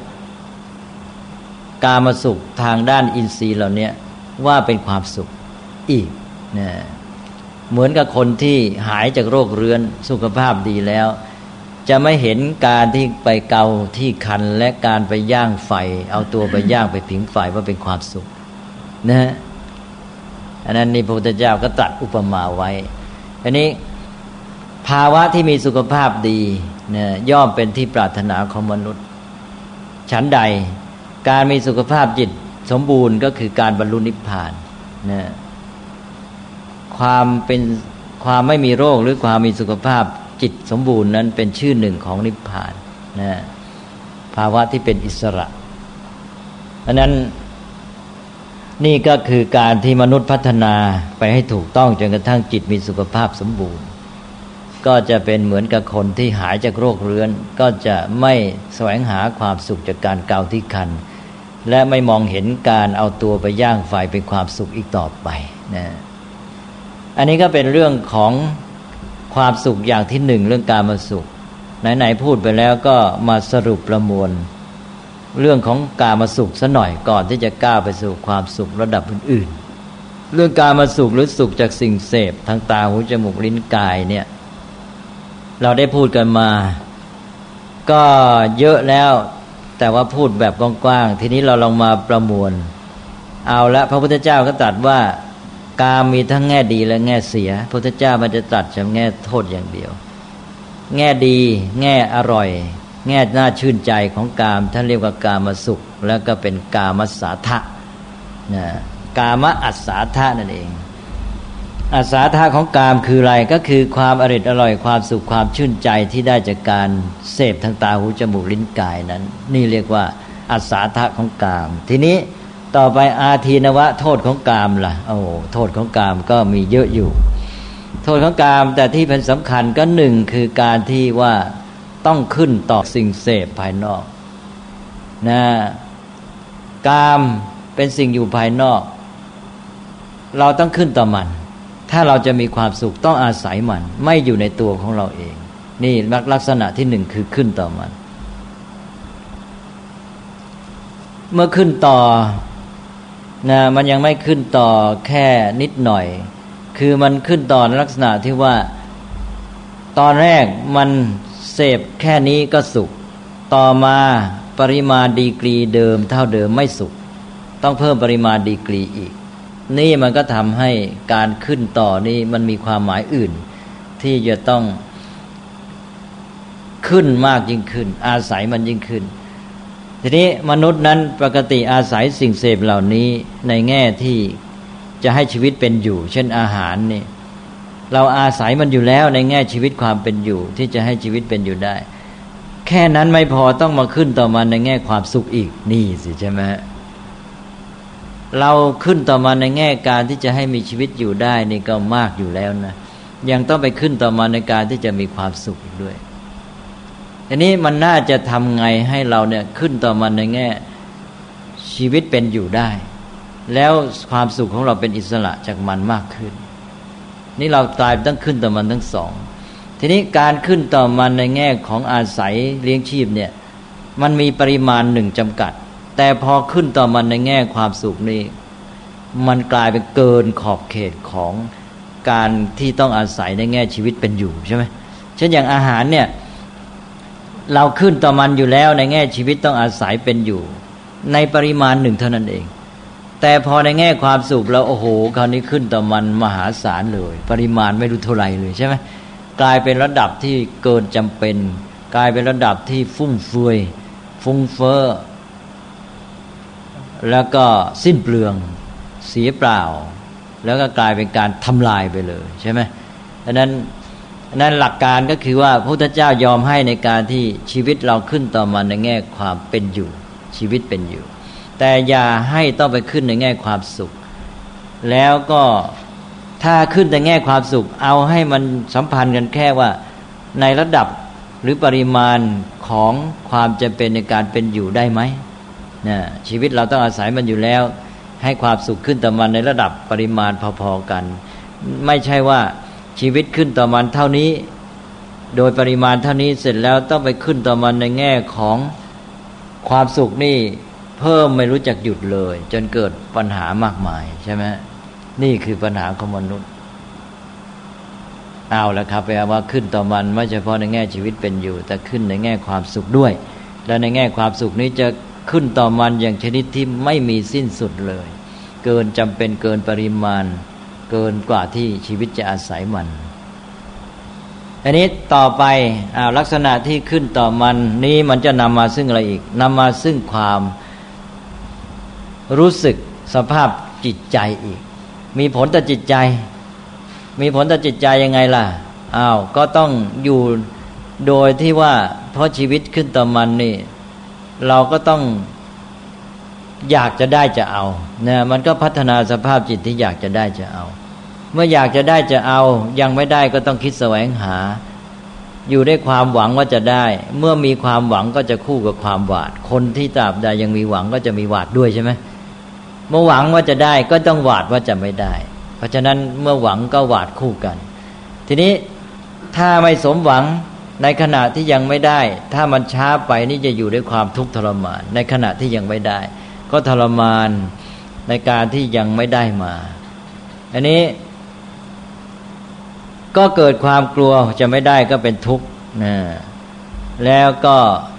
S2: อกามสุขทางด้านอินทรีย์เหล่านี้ว่าเป็นความสุขอีกนะเหมือนกับคนที่หายจากโรคเรื้อนสุขภาพดีแล้วจะไม่เห็นการที่ไปเกาที่คันและการไปย่างไฟเอาตัวไปย่างไปผิงไฟว่าเป็นความสุขนะอันนั้นนี่พระพุทธเจ้าก็ตรัสอุปมาไว้อันนี้ภาวะที่มีสุขภาพดีเนี่ยย่อมเป็นที่ปรารถนาของมนุษย์ฉันใดการมีสุขภาพจิตสมบูรณ์ก็คือการบรรลุนิพพานนะความไม่มีโรคหรือความมีสุขภาพจิตสมบูรณ์นั้นเป็นชื่อหนึ่งของนิพพานนะภาวะที่เป็นอิสระอันนั้นนี่ก็คือการที่มนุษย์พัฒนาไปให้ถูกต้องจนกระทั่งจิตมีสุขภาพสมบูรณ์ก็จะเป็นเหมือนกับคนที่หายจากโรคเรื้อนก็จะไม่แสวงหาความสุขจากการเกาที่คันและไม่มองเห็นการเอาตัวไปย่างไฟเป็นความสุขอีกต่อไปนะอันนี้ก็เป็นเรื่องของความสุขอย่างที่หนึ่งเรื่องกามสุขไหนๆพูดไปแล้วก็มาสรุปประมวลเรื่องของกามสุขซะหน่อยก่อนที่จะก้าวไปสู่ความสุขระดับอื่นๆเรื่องกามสุขหรือสุขจากสิ่งเสพทางตาหูจมูกลิ้นกายเนี่ยเราได้พูดกันมาก็เยอะแล้วแต่ว่าพูดแบบกว้างๆทีนี้เราลองมาประมวลเอาละพระพุทธเจ้าก็ตรัสว่ากามมีทั้งแง่ดีและแง่เสียพระพุทธเจ้ามันจะตรัสเฉพาะแง่โทษอย่างเดียวแง่ดีแง่อร่อยแง่น่าชื่นใจของกามท่านเรียกว่ากามสุขแล้วก็เป็นกามสาทะนะกามอัสสาทะนั่นเองอัสสาทะของกามคืออะไรก็คือความอร่อยความสุขความชื่นใจที่ได้จากการเสพทางตาหูจมูกลิ้นกายนั้นนี่เรียกว่าอัสสาทะของกามทีนี้ต่อไปอาทีนวะโทษของกามล่ะโอ้โทษของกามก็มีเยอะอยู่โทษของกามแต่ที่เป็นสำคัญก็หนึ่งคือการที่ว่าต้องขึ้นต่อสิ่งเสพภายนอกนะกามเป็นสิ่งอยู่ภายนอกเราต้องขึ้นต่อมันถ้าเราจะมีความสุขต้องอาศัยมันไม่อยู่ในตัวของเราเองนี่ลักษณะที่หนึ่งคือขึ้นต่อมันเมื่อขึ้นต่อนะมันยังไม่ขึ้นต่อแค่นิดหน่อยคือมันขึ้นต่อในลักษณะที่ว่าตอนแรกมันเสพแค่นี้ก็สุขต่อมาปริมาณดีกรีเดิมเท่าเดิมไม่สุขต้องเพิ่มปริมาณดีกรีอีกนี่มันก็ทำให้การขึ้นต่อนี้มันมีความหมายอื่นที่จะต้องขึ้นมากยิ่งขึ้นอาศัยมันยิ่งขึ้นทีนี้มนุษย์นั้นปกติอาศัยสิ่งเสพเหล่านี้ในแง่ที่จะให้ชีวิตเป็นอยู่เช่นอาหารนี่เราอาศัยมันอยู่แล้วในแง่ชีวิตความเป็นอยู่ที่จะให้ชีวิตเป็นอยู่ได้แค่นั้นไม่พอต้องมาขึ้นต่อมาในแง่ความสุขอีกนี่สิใช่ไหมเราขึ้นต่อมาในแง่การที่จะให้มีชีวิตอยู่ได้นี่ก็มากอยู่แล้วนะยังต้องไปขึ้นต่อมาในการที่จะมีความสุขอีกด้วยทีนี้มันน่าจะทำไงให้เราเนี่ยขึ้นต่อมาในแง่ชีวิตเป็นอยู่ได้แล้วความสุขของเราเป็นอิสระจากมันมากขึ้นนี่เรากลายต้องขึ้นต่อมันทั้งสองทีนี้การขึ้นต่อมันในแง่ของอาศัยเลี้ยงชีพเนี่ยมันมีปริมาณหนึ่งจำกัดแต่พอขึ้นต่อมันในแง่ความสุขนี่มันกลายเป็นเกินขอบเขตของการที่ต้องอาศัยในแง่ชีวิตเป็นอยู่ใช่ไหมเช่นอย่างอาหารเนี่ยเราขึ้นต่อมันอยู่แล้วในแง่ชีวิตต้องอาศัยเป็นอยู่ในปริมาณหนึ่งเท่านั้นเองแต่พอในแง่ความสุขแล้วโอ้โหคราวนี้ขึ้นต่อมันมหาศาลเลยปริมาณไม่รู้เท่าไหร่เลยใช่ไหมกลายเป็นระดับที่เกินจำเป็นกลายเป็นระดับที่ฟุ่มเฟือยฟุ้งเฟ้อแล้วก็สิ้นเปลืองเสียเปล่าแล้วก็กลายเป็นการทำลายไปเลยใช่ไหมดังนั้นหลักการก็คือว่าพระพุทธเจ้ายอมให้ในการที่ชีวิตเราขึ้นต่อมาในแง่ความเป็นอยู่ชีวิตเป็นอยู่แต่อย่าให้ต้องไปขึ้นในแง่ความสุขแล้วก็ถ้าขึ้นในแง่ความสุขเอาให้มันสัมพันธ์กันแค่ว่าในระดับหรือปริมาณของความจำเป็นในการเป็นอยู่ได้ไหมนะชีวิตเราต้องอาศัยมันอยู่แล้วให้ความสุขขึ้นต่อมันในระดับปริมาณพอๆกันไม่ใช่ว่าชีวิตขึ้นต่อมันเท่านี้โดยปริมาณเท่านี้เสร็จแล้วต้องไปขึ้นต่อมันในแง่ของความสุขนี่เพิ่มไม่รู้จักหยุดเลยจนเกิดปัญหามากมายใช่ไหมนี่คือปัญหาของมนุษย์เอาละครับแปลว่าขึ้นต่อมันไม่เฉพาะในแง่ชีวิตเป็นอยู่แต่ขึ้นในแง่ความสุขด้วยและในแง่ความสุขนี้จะขึ้นต่อมันอย่างชนิดที่ไม่มีสิ้นสุดเลยเกินจำเป็นเกินปริมาณเกินกว่าที่ชีวิตจะอาศัยมันอันนี้ต่อไปลักษณะที่ขึ้นต่อมันนี้มันจะนำมาซึ่งอะไรอีกนำมาซึ่งความรู้สึกสภาพจิตใจอีกมีผลต่อจิตใจมีผลต่อจิตใจยังไงล่ะก็ต้องอยู่โดยที่ว่าเพราะชีวิตขึ้นต่อมันนี่เราก็ต้องอยากจะได้จะเอานะมันก็พัฒนาสภาพจิตที่อยากจะได้จะเอาเมื่ออยากจะได้จะเอายังไม่ได้ก็ต้องคิดแสวงหาอยู่ด้วยความหวังว่าจะได้เมื่อมีความหวังก็จะคู่กับความหวาดคนที่ตราบใดยังมีหวังก็จะมีหวาดด้วยใช่ไหมเมื่อหวังว่าจะได้ก็ต้องหวาดว่าจะไม่ได้เพราะฉะนั้นเมื่อหวังก็หวาดคู่กันทีนี้ถ้าไม่สมหวังในขณะที่ยังไม่ได้ถ้ามันช้าไปนี่จะอยู่ด้วยความทุกข์ทรมานในขณะที่ยังไม่ได้ก็ทรมานในการที่ยังไม่ได้มาอันนี้ก็เกิดความกลัวจะไม่ได้ก็เป็นทุกข์นะแล้วก็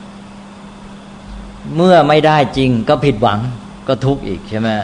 S2: เมื่อไม่ได้จริงก็ผิดหวังก็ทุกข์อีกใช่ไหม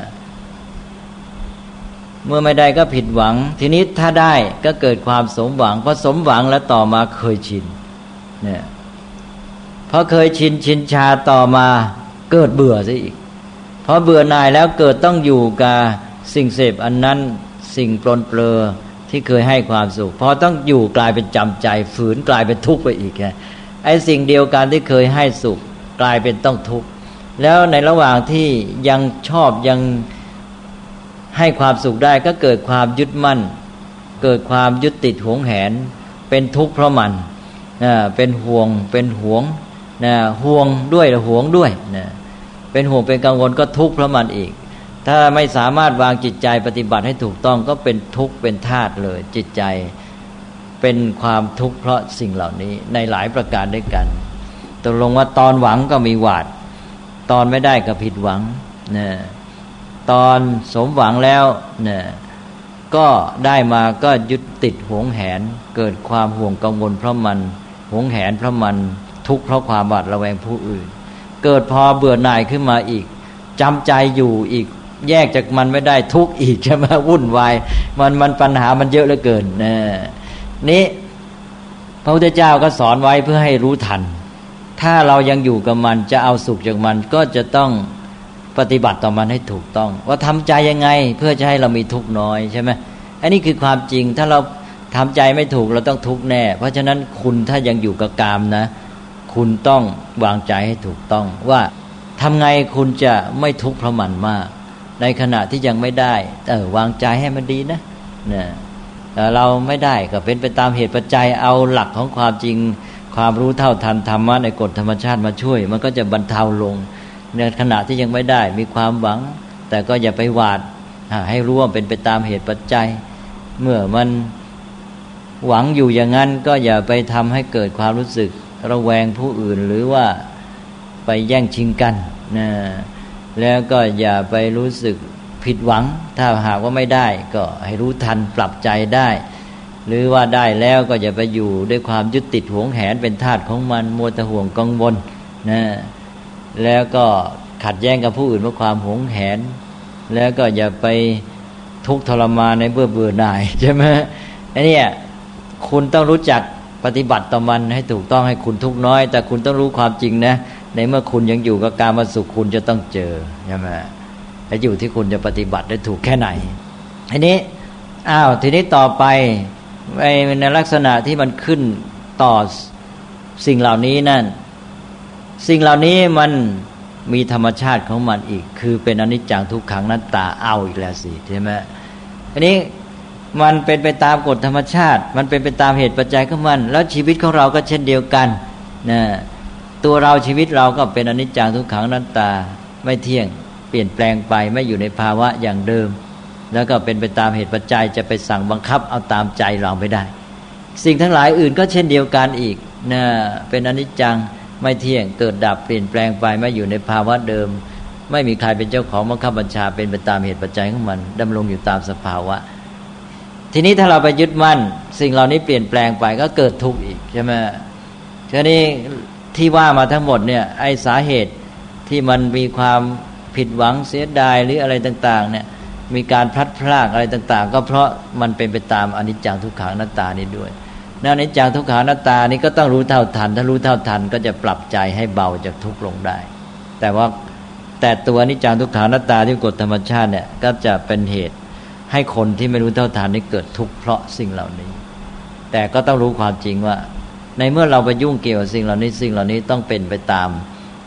S2: เมื่อไม่ได้ก็ผิดหวังทีนี้ถ้าได้ก็เกิดความสมหวังพอสมหวังแล้วต่อมาเคยชินเนี่ยพอเคยชินชาต่อมาเกิดเบื่อซะอีกพอเบื่อหน่ายแล้วเกิดต้องอยู่กับสิ่งเสพอันนั้นสิ่งปลนเปลือที่เคยให้ความสุขพอต้องอยู่กลายเป็นจำใจฝืนกลายเป็นทุกข์ไปอีกไอ้สิ่งเดียวกันที่เคยให้สุขกลายเป็นต้องทุกข์แล้วในระหว่างที่ยังชอบยังให้ความสุขได้ก็เกิดความยึดมั่นเกิดความยึดติดหวงแหนเป็นทุกข์เพราะมันเป็นห่วงเป็นหวงห่วงด้วยหวงด้วยเป็นห่วงเป็นกังวลก็ทุกข์เพราะมันอีกถ้าไม่สามารถวางจิตใจปฏิบัติให้ถูกต้องก็เป็นทุกข์เป็นธาตุเลยจิตใจเป็นความทุกข์เพราะสิ่งเหล่านี้ในหลายประการด้วยกันตกลงว่าตอนหวังก็มีหวาดตอนไม่ได้ก็ผิดหวังตอนสมหวังแล้วก็ได้มาก็ยึดติดหวงแหนเกิดความห่วงกังวลเพราะมันหวงแหนเพราะมันทุกข์เพราะความหวาดระแวงผู้อื่นเกิดพอเบื่อหน่ายขึ้นมาอีกจำใจอยู่อีกแยกจากมันไม่ได้ทุกข์อีกใช่ไหมวุ่นวายมันปัญหามันเยอะเหลือเกินนี้พระพุทธเจ้าก็สอนไว้เพื่อให้รู้ทันถ้าเรายังอยู่กับมันจะเอาสุขจากมันก็จะต้องปฏิบัติต่อมันให้ถูกต้องว่าทำใจยังไงเพื่อจะให้เรามีทุกข์น้อยใช่ไหมอันนี้คือความจริงถ้าเราทำใจไม่ถูกเราต้องทุกข์แน่เพราะฉะนั้นคุณถ้ายังอยู่กับกามนะคุณต้องวางใจให้ถูกต้องว่าทำไงคุณจะไม่ทุกข์เพราะมันมากในขณะที่ยังไม่ได้วางใจให้มันดีนะแต่เราไม่ได้ก็เป็นไปตามเหตุปัจจัยเอาหลักของความจริงความรู้เท่าทันธรรมะในกฎธรรมชาติมาช่วยมันก็จะบรรเทาลงในขณะที่ยังไม่ได้มีความหวังแต่ก็อย่าไปหวาดให้รู้ว่าเป็นไปตามเหตุปัจจัยเมื่อมันหวังอยู่อย่างนั้นก็อย่าไปทำให้เกิดความรู้สึกระแวงผู้อื่นหรือว่าไปแย่งชิงกันแล้วก็อย่าไปรู้สึกผิดหวังถ้าหากว่าไม่ได้ก็ให้รู้ทันปรับใจได้หรือว่าได้แล้วก็อย่าไปอยู่ด้วยความยึดติดหวงแหนเป็นทาสของมันมัวแต่ห่วงกังวลแล้วก็ขัดแย้งกับผู้อื่นเพราะความหวงแหนแล้วก็อย่าไปทุกข์ทรมานในเบื่อหน่ายใช่ไหมไอ้นี่คุณต้องรู้จักปฏิบัติต่อมันให้ถูกต้องให้คุณทุกข์น้อยแต่คุณต้องรู้ความจริงนะในเมื่อคุณยังอยู่กับกามสุขคุณจะต้องเจอใช่ไหมแต่อยู่ที่คุณจะปฏิบัติได้ถูกแค่ไหนทีนี้ทีนี้ต่อไปในลักษณะที่มันขึ้นต่อสิ่งเหล่านี้นั่นสิ่งเหล่านี้มันมีธรรมชาติของมันอีกคือเป็นอนิจจังทุกขังอนัตตาเอาอีกแล้วสิใช่ไหมอันนี้มันเป็นไปตามกฎธรรมชาติมันเป็นไปตามเหตุปัจจัยของมันแล้วชีวิตของเราก็เช่นเดียวกันตัวเราชีวิตเราก็เป็นอนิจจังทุกขังอนัตตาไม่เที่ยงเปลี่ยนแปลงไปไม่อยู่ในภาวะอย่างเดิมแล้วก็เป็นไปตามเหตุปัจจัยจะไปสั่งบังคับเอาตามใจเราไม่ได้สิ่งทั้งหลายอื่นก็เช่นเดียวกันอีกเป็นอนิจจังไม่เที่ยงเกิดดับเปลี่ยนแปลงไปไม่อยู่ในภาวะเดิมไม่มีใครเป็นเจ้าของบังคับบัญชาเป็นไปตามเหตุปัจจัยของมันดำรงอยู่ตามสภาวะทีนี้ถ้าเราไปยึดมั่นสิ่งเหล่านี้เปลี่ยนแปลงไปก็เกิดทุกข์อีกใช่ไหมทีนี้ที่ว่ามาทั้งหมดเนี่ยไอ้สาเหตุที่มันมีความผิดหวังเสียดายหรืออะไรต่างๆเนี่ยมีการพลัดพรากอะไรต่างๆก็เพราะมันเป็นไปตามอนิจจังทุกขังอนัตตานี้ด้วยอนิจจังทุกขังอนัตตานี้ก็ต้องรู้เท่าทันถ้ารู้เท่าทันก็จะปรับใจให้เบาจากทุกข์ลงได้แต่ตัวอนิจจังทุกขังอนัตตาที่กฎธรรมชาติเนี่ยก็จะเป็นเหตุให้คนที่ไม่รู้เท่าทันนี้เกิดทุกข์เพราะสิ่งเหล่านี้แต่ก็ต้องรู้ความจริงว่าในเมื่อเราไปยุ่งเกี่ยวกับสิ่งเหล่านี้ต้องเป็นไปตาม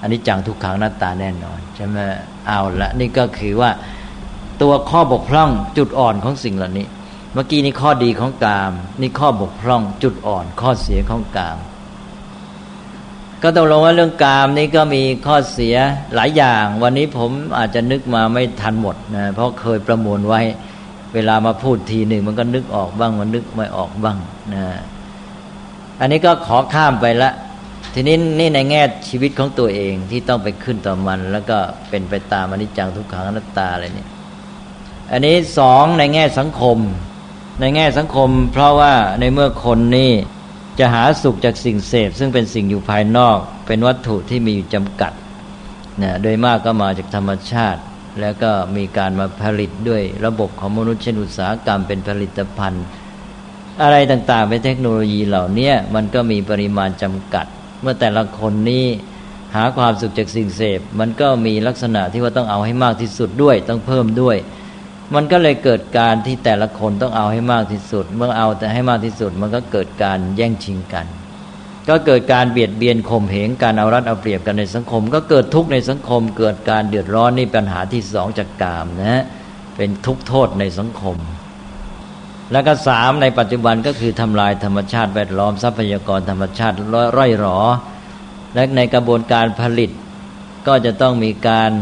S2: อนิจจังทุกขังอนัตตาแน่นอนใช่ไหมเอาละนี่ก็คือว่าตัวข้อบกพร่องจุดอ่อนของสิ่งเหล่านี้เมื่อกี้นี่ข้อดีของกามนี่ข้อบกพร่องจุดอ่อนข้อเสียของกามก็ตกลงว่าเรื่องกามนี้ก็มีข้อเสียหลายอย่างวันนี้ผมอาจจะนึกมาไม่ทันหมดนะเพราะเคยประมวลไว้เวลามาพูดทีหนึ่งมันก็นึกออกบ้างมันนึกไม่ออกบ้างนะอันนี้ก็ขอข้ามไปละทีนี้นี่ในแง่ชีวิตของตัวเองที่ต้องไปขึ้นต่อมันแล้วก็เป็นไปตามอนิจจังทุกขังอนัตตาอะไรเนี่ยอันนี้สองในแง่สังคมในแง่สังคมเพราะว่าในเมื่อคนนี่จะหาสุขจากสิ่งเสพซึ่งเป็นสิ่งอยู่ภายนอกเป็นวัตถุที่มีอยู่จำกัดนะโดยมากก็มาจากธรรมชาติแล้วก็มีการมาผลิตด้วยระบบของมนุษย์เช่นอุตสาหกรรมเป็นผลิตภัณฑ์อะไรต่างๆเป็นเทคโนโลยีเหล่านี้มันก็มีปริมาณจำกัดเมื่อแต่ละคนนี้หาความสุขจากสิ่งเสพมันก็มีลักษณะที่ว่าต้องเอาให้มากที่สุดด้วยต้องเพิ่มด้วยมันก็เลยเกิดการที่แต่ละคนต้องเอาให้มากที่สุดเมื่อเอาแต่ให้มากที่สุดมันก็เกิดการแย่งชิงกันก็เกิดการเบียดเบียนข่มเหงการเอารัดเอาเปรียบกันในสังคมก็เกิดทุกข์ในสังคมเกิดการเดือดร้อนนี่ปัญหาที่สองจากกามนะเป็นทุกข์โทษในสังคมแล้วก็สามในปัจจุบันก็คือทำลายธรรมชาติแวดล้อมทรัพยากรธรรมชาติร่อยหรอและในกระบวนการผลิตก็จะต้องมีการ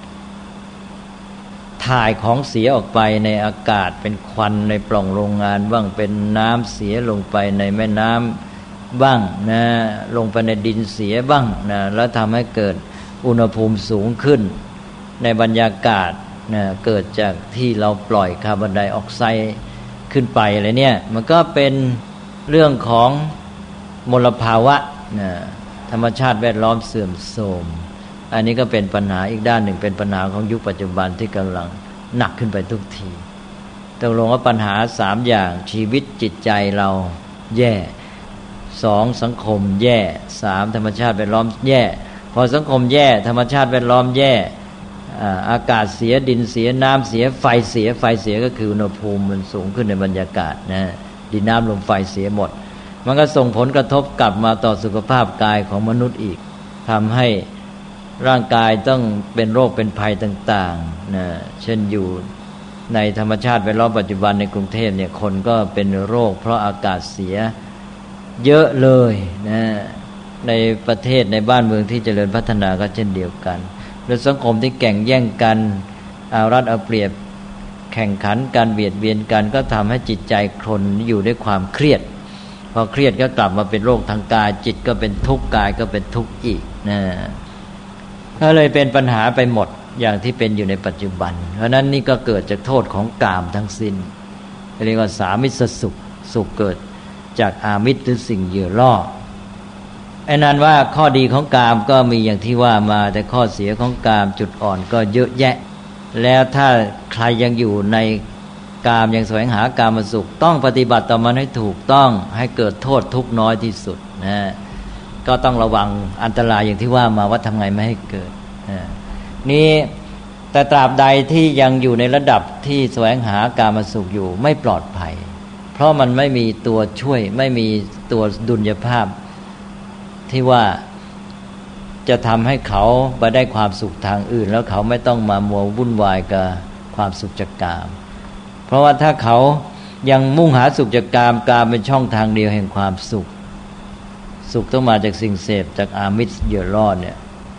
S2: ถ่ายของเสียออกไปในอากาศเป็นควันในปล่องโรงงานบ้างเป็นน้ำเสียลงไปในแม่น้ำบ้างนะลงไปในดินเสียบ้างนะแล้วทำให้เกิดอุณหภูมิสูงขึ้นในบรรยากาศนะเกิดจากที่เราปล่อยคาร์บอนไดออกไซด์ขึ้นไปอะไรเนี่ยมันก็เป็นเรื่องของมลภาวะนะธรรมชาติแวดล้อมเสื่อมโทรมอันนี้ก็เป็นปัญหาอีกด้านหนึ่งเป็นปัญหาของยุคปัจจุบันที่กำลังหนักขึ้นไปทุกทีตกลงว่าปัญหาสามอย่างชีวิตจิตใจเราแย่สองสังคมแย่สามธรรมชาติแวดล้อมแย่พอสังคมแย่ธรรมชาติแวดล้อมแย่อากาศเสียดินเสียน้ำเสียไฟเสียก็คืออุณหภูมิมันสูงขึ้นในบรรยากาศนะดินน้ำลมไฟเสียหมดมันก็ส่งผลกระทบกลับมาต่อสุขภาพกายของมนุษย์อีกทำให้ร่างกายต้องเป็นโรคเป็นภัยต่างๆนะเช่นอยู่ในธรรมชาติแวดล้อมปัจจุบันในกรุงเทพเนี่ยคนก็เป็นโรคเพราะอากาศเสียเยอะเลยนะในประเทศในบ้านเมืองที่เจริญพัฒนาก็เช่นเดียวกันโดยสังคมที่แข่งแย่งกันเอารัดเอาเปรียบแข่งขันกันเบียดเบียนกันก็ทำให้จิตใจคนอยู่ด้วยความเครียดพอเครียดก็กลับมาเป็นโรคทางกายจิตก็เป็นทุกข์กายก็เป็นทุกข์อีกนะก็เลยเป็นปัญหาไปหมดอย่างที่เป็นอยู่ในปัจจุบันเพราะนั้นนี่ก็เกิดจากโทษของกามทั้งสิ้นเรียกว่าสามิสสุขเกิดจากอามิสหรือสิ่งเยื่อล่อไอ้นั้นว่าข้อดีของกามก็มีอย่างที่ว่ามาแต่ข้อเสียของกามจุดอ่อนก็เยอะแยะแล้วถ้าใครยังอยู่ในกามยังแสวงหากามสุขต้องปฏิบัติต่อมันให้ถูกต้องให้เกิดโทษทุกน้อยที่สุดนะก็ต้องระวังอันตรายอย่างที่ว่ามาว่าทำไงไม่ให้เกิดนี่แต่ตราบใดที่ยังอยู่ในระดับที่แสวงหากามสุขอยู่ไม่ปลอดภัยเพราะมันไม่มีตัวช่วยไม่มีตัวดุลยภาพที่ว่าจะทำให้เขาไปได้ความสุขทางอื่นแล้วเขาไม่ต้องมามัววุ่นวายกับความสุขจากกามเพราะว่าถ้าเขายังมุ่งหาสุขจากกามเป็นช่องทางเดียวแห่งความสุขต้องมาจากสิ่งเสพจากอามิสเยื่อล่อเนี่ย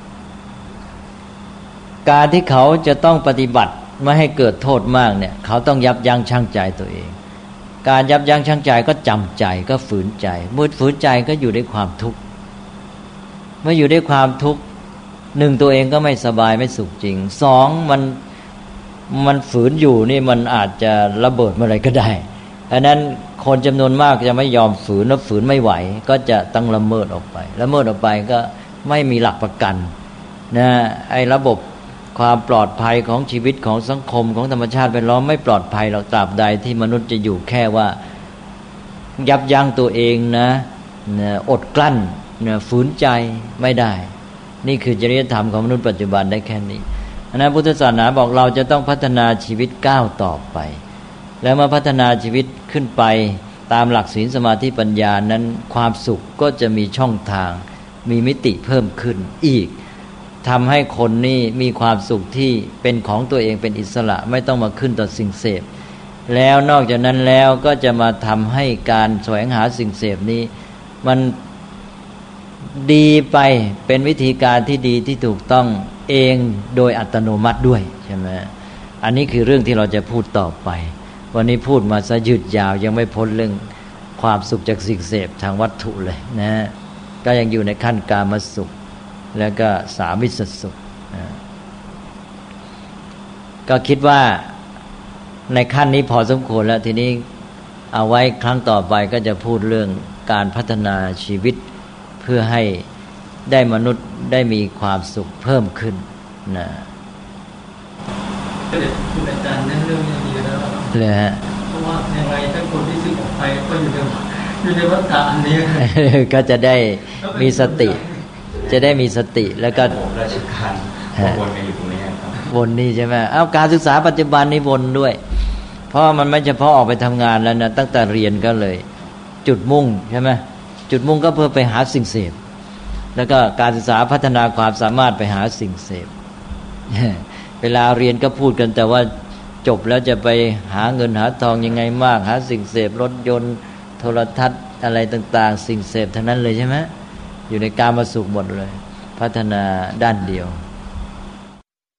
S2: การที่เขาจะต้องปฏิบัติไม่ให้เกิดโทษมากเนี่ยเขาต้องยับยั้งชั่งใจตัวเองการยับยั้งชั่งใจก็จำใจก็ฝืนใจเมื่อฝืนใจก็อยู่ด้วยความทุกข์เมื่ออยู่ด้วยความทุกข์หนึ่งตัวเองก็ไม่สบายไม่สุขจริงสองมันฝืนอยู่นี่มันอาจจะระเบิดเมื่อไรก็ได้เพราะนั้นคนจำนวนมากจะไม่ยอมฝืนแล้วฝืนไม่ไหวก็จะต้องละเมิดออกไปก็ไม่มีหลักประกันนะไอ้ระบบความปลอดภัยของชีวิตของสังคมของธรรมชาติแวดล้อมไม่ปลอดภัยหรอกตราบใดที่มนุษย์จะอยู่แค่ว่ายับยั้งตัวเองนะอดกลั้นฝืนใจไม่ได้นี่คือจริยธรรมของมนุษย์ปัจจุบันได้แค่นี้นะพุทธศาสนาบอกเราจะต้องพัฒนาชีวิตก้าวต่อไปแล้วมาพัฒนาชีวิตขึ้นไปตามหลักศีลสมาธิปัญญานั้นความสุขก็จะมีช่องทางมีมิติเพิ่มขึ้นอีกทำให้คนนี่มีความสุขที่เป็นของตัวเองเป็นอิสระไม่ต้องมาขึ้นต่อสิ่งเสพแล้วนอกจากนั้นแล้วก็จะมาทำให้การแสวงหาสิ่งเสพนี้มันดีไปเป็นวิธีการที่ดีที่ถูกต้องเองโดยอัตโนมัติด้วยใช่ไหมอันนี้คือเรื่องที่เราจะพูดต่อไปวันนี้พูดมาซะยืดยาวยังไม่พ้นเรื่องความสุขจากสิ่งเสพทางวัตถุเลยนะก็ยังอยู่ในขั้นกามสุขแล้วก็สามิสสุขก็คิดว่าในขั้นนี้พอสมควรแล้วทีนี้เอาไว้ครั้งต่อไปก็จะพูดเรื่องการพัฒนาชีวิตเพื่อให้ได้มนุษย์ได้มีความสุขเพิ่มขึ้นนะ
S4: ก็เดี๋ยวคุณอาจารย์นั่นเรื่องนี้ดีแล้ว
S2: เลยฮะ
S4: เพราะว่ายังไงถ้าคนที่ซื้อออกไปก็อยู่ในวัฏฏะอันนี้
S2: ก็จะได้มีสติจะได้มีสติแล้วก็
S3: ราชการวนกันอยู่ตรงนี้ครับ
S2: วนนี่ใช่ไหมการศึกษาปัจจุบันนี้วนด้วยเพราะมันไม่เฉพาะออกไปทำงานแล้วนะตั้งแต่เรียนก็เลยจุดมุ่งใช่ไหมจุดมุ่งก็เพื่อไปหาสิ่งเสพแล้วก็การศึกษาพัฒนาความสามารถไปหาสิ่งเสพเวลาเรียนก็พูดกันแต่ว่าจบแล้วจะไปหาเงินหาทองยังไงมากหาสิ่งเสพรถยนต์โทรทัศน์อะไรต่างๆสิ่งเสพทั้งนั้นเลยใช่ไหมอยู่ในกามสุขหมดเลยพัฒนาด้านเดียว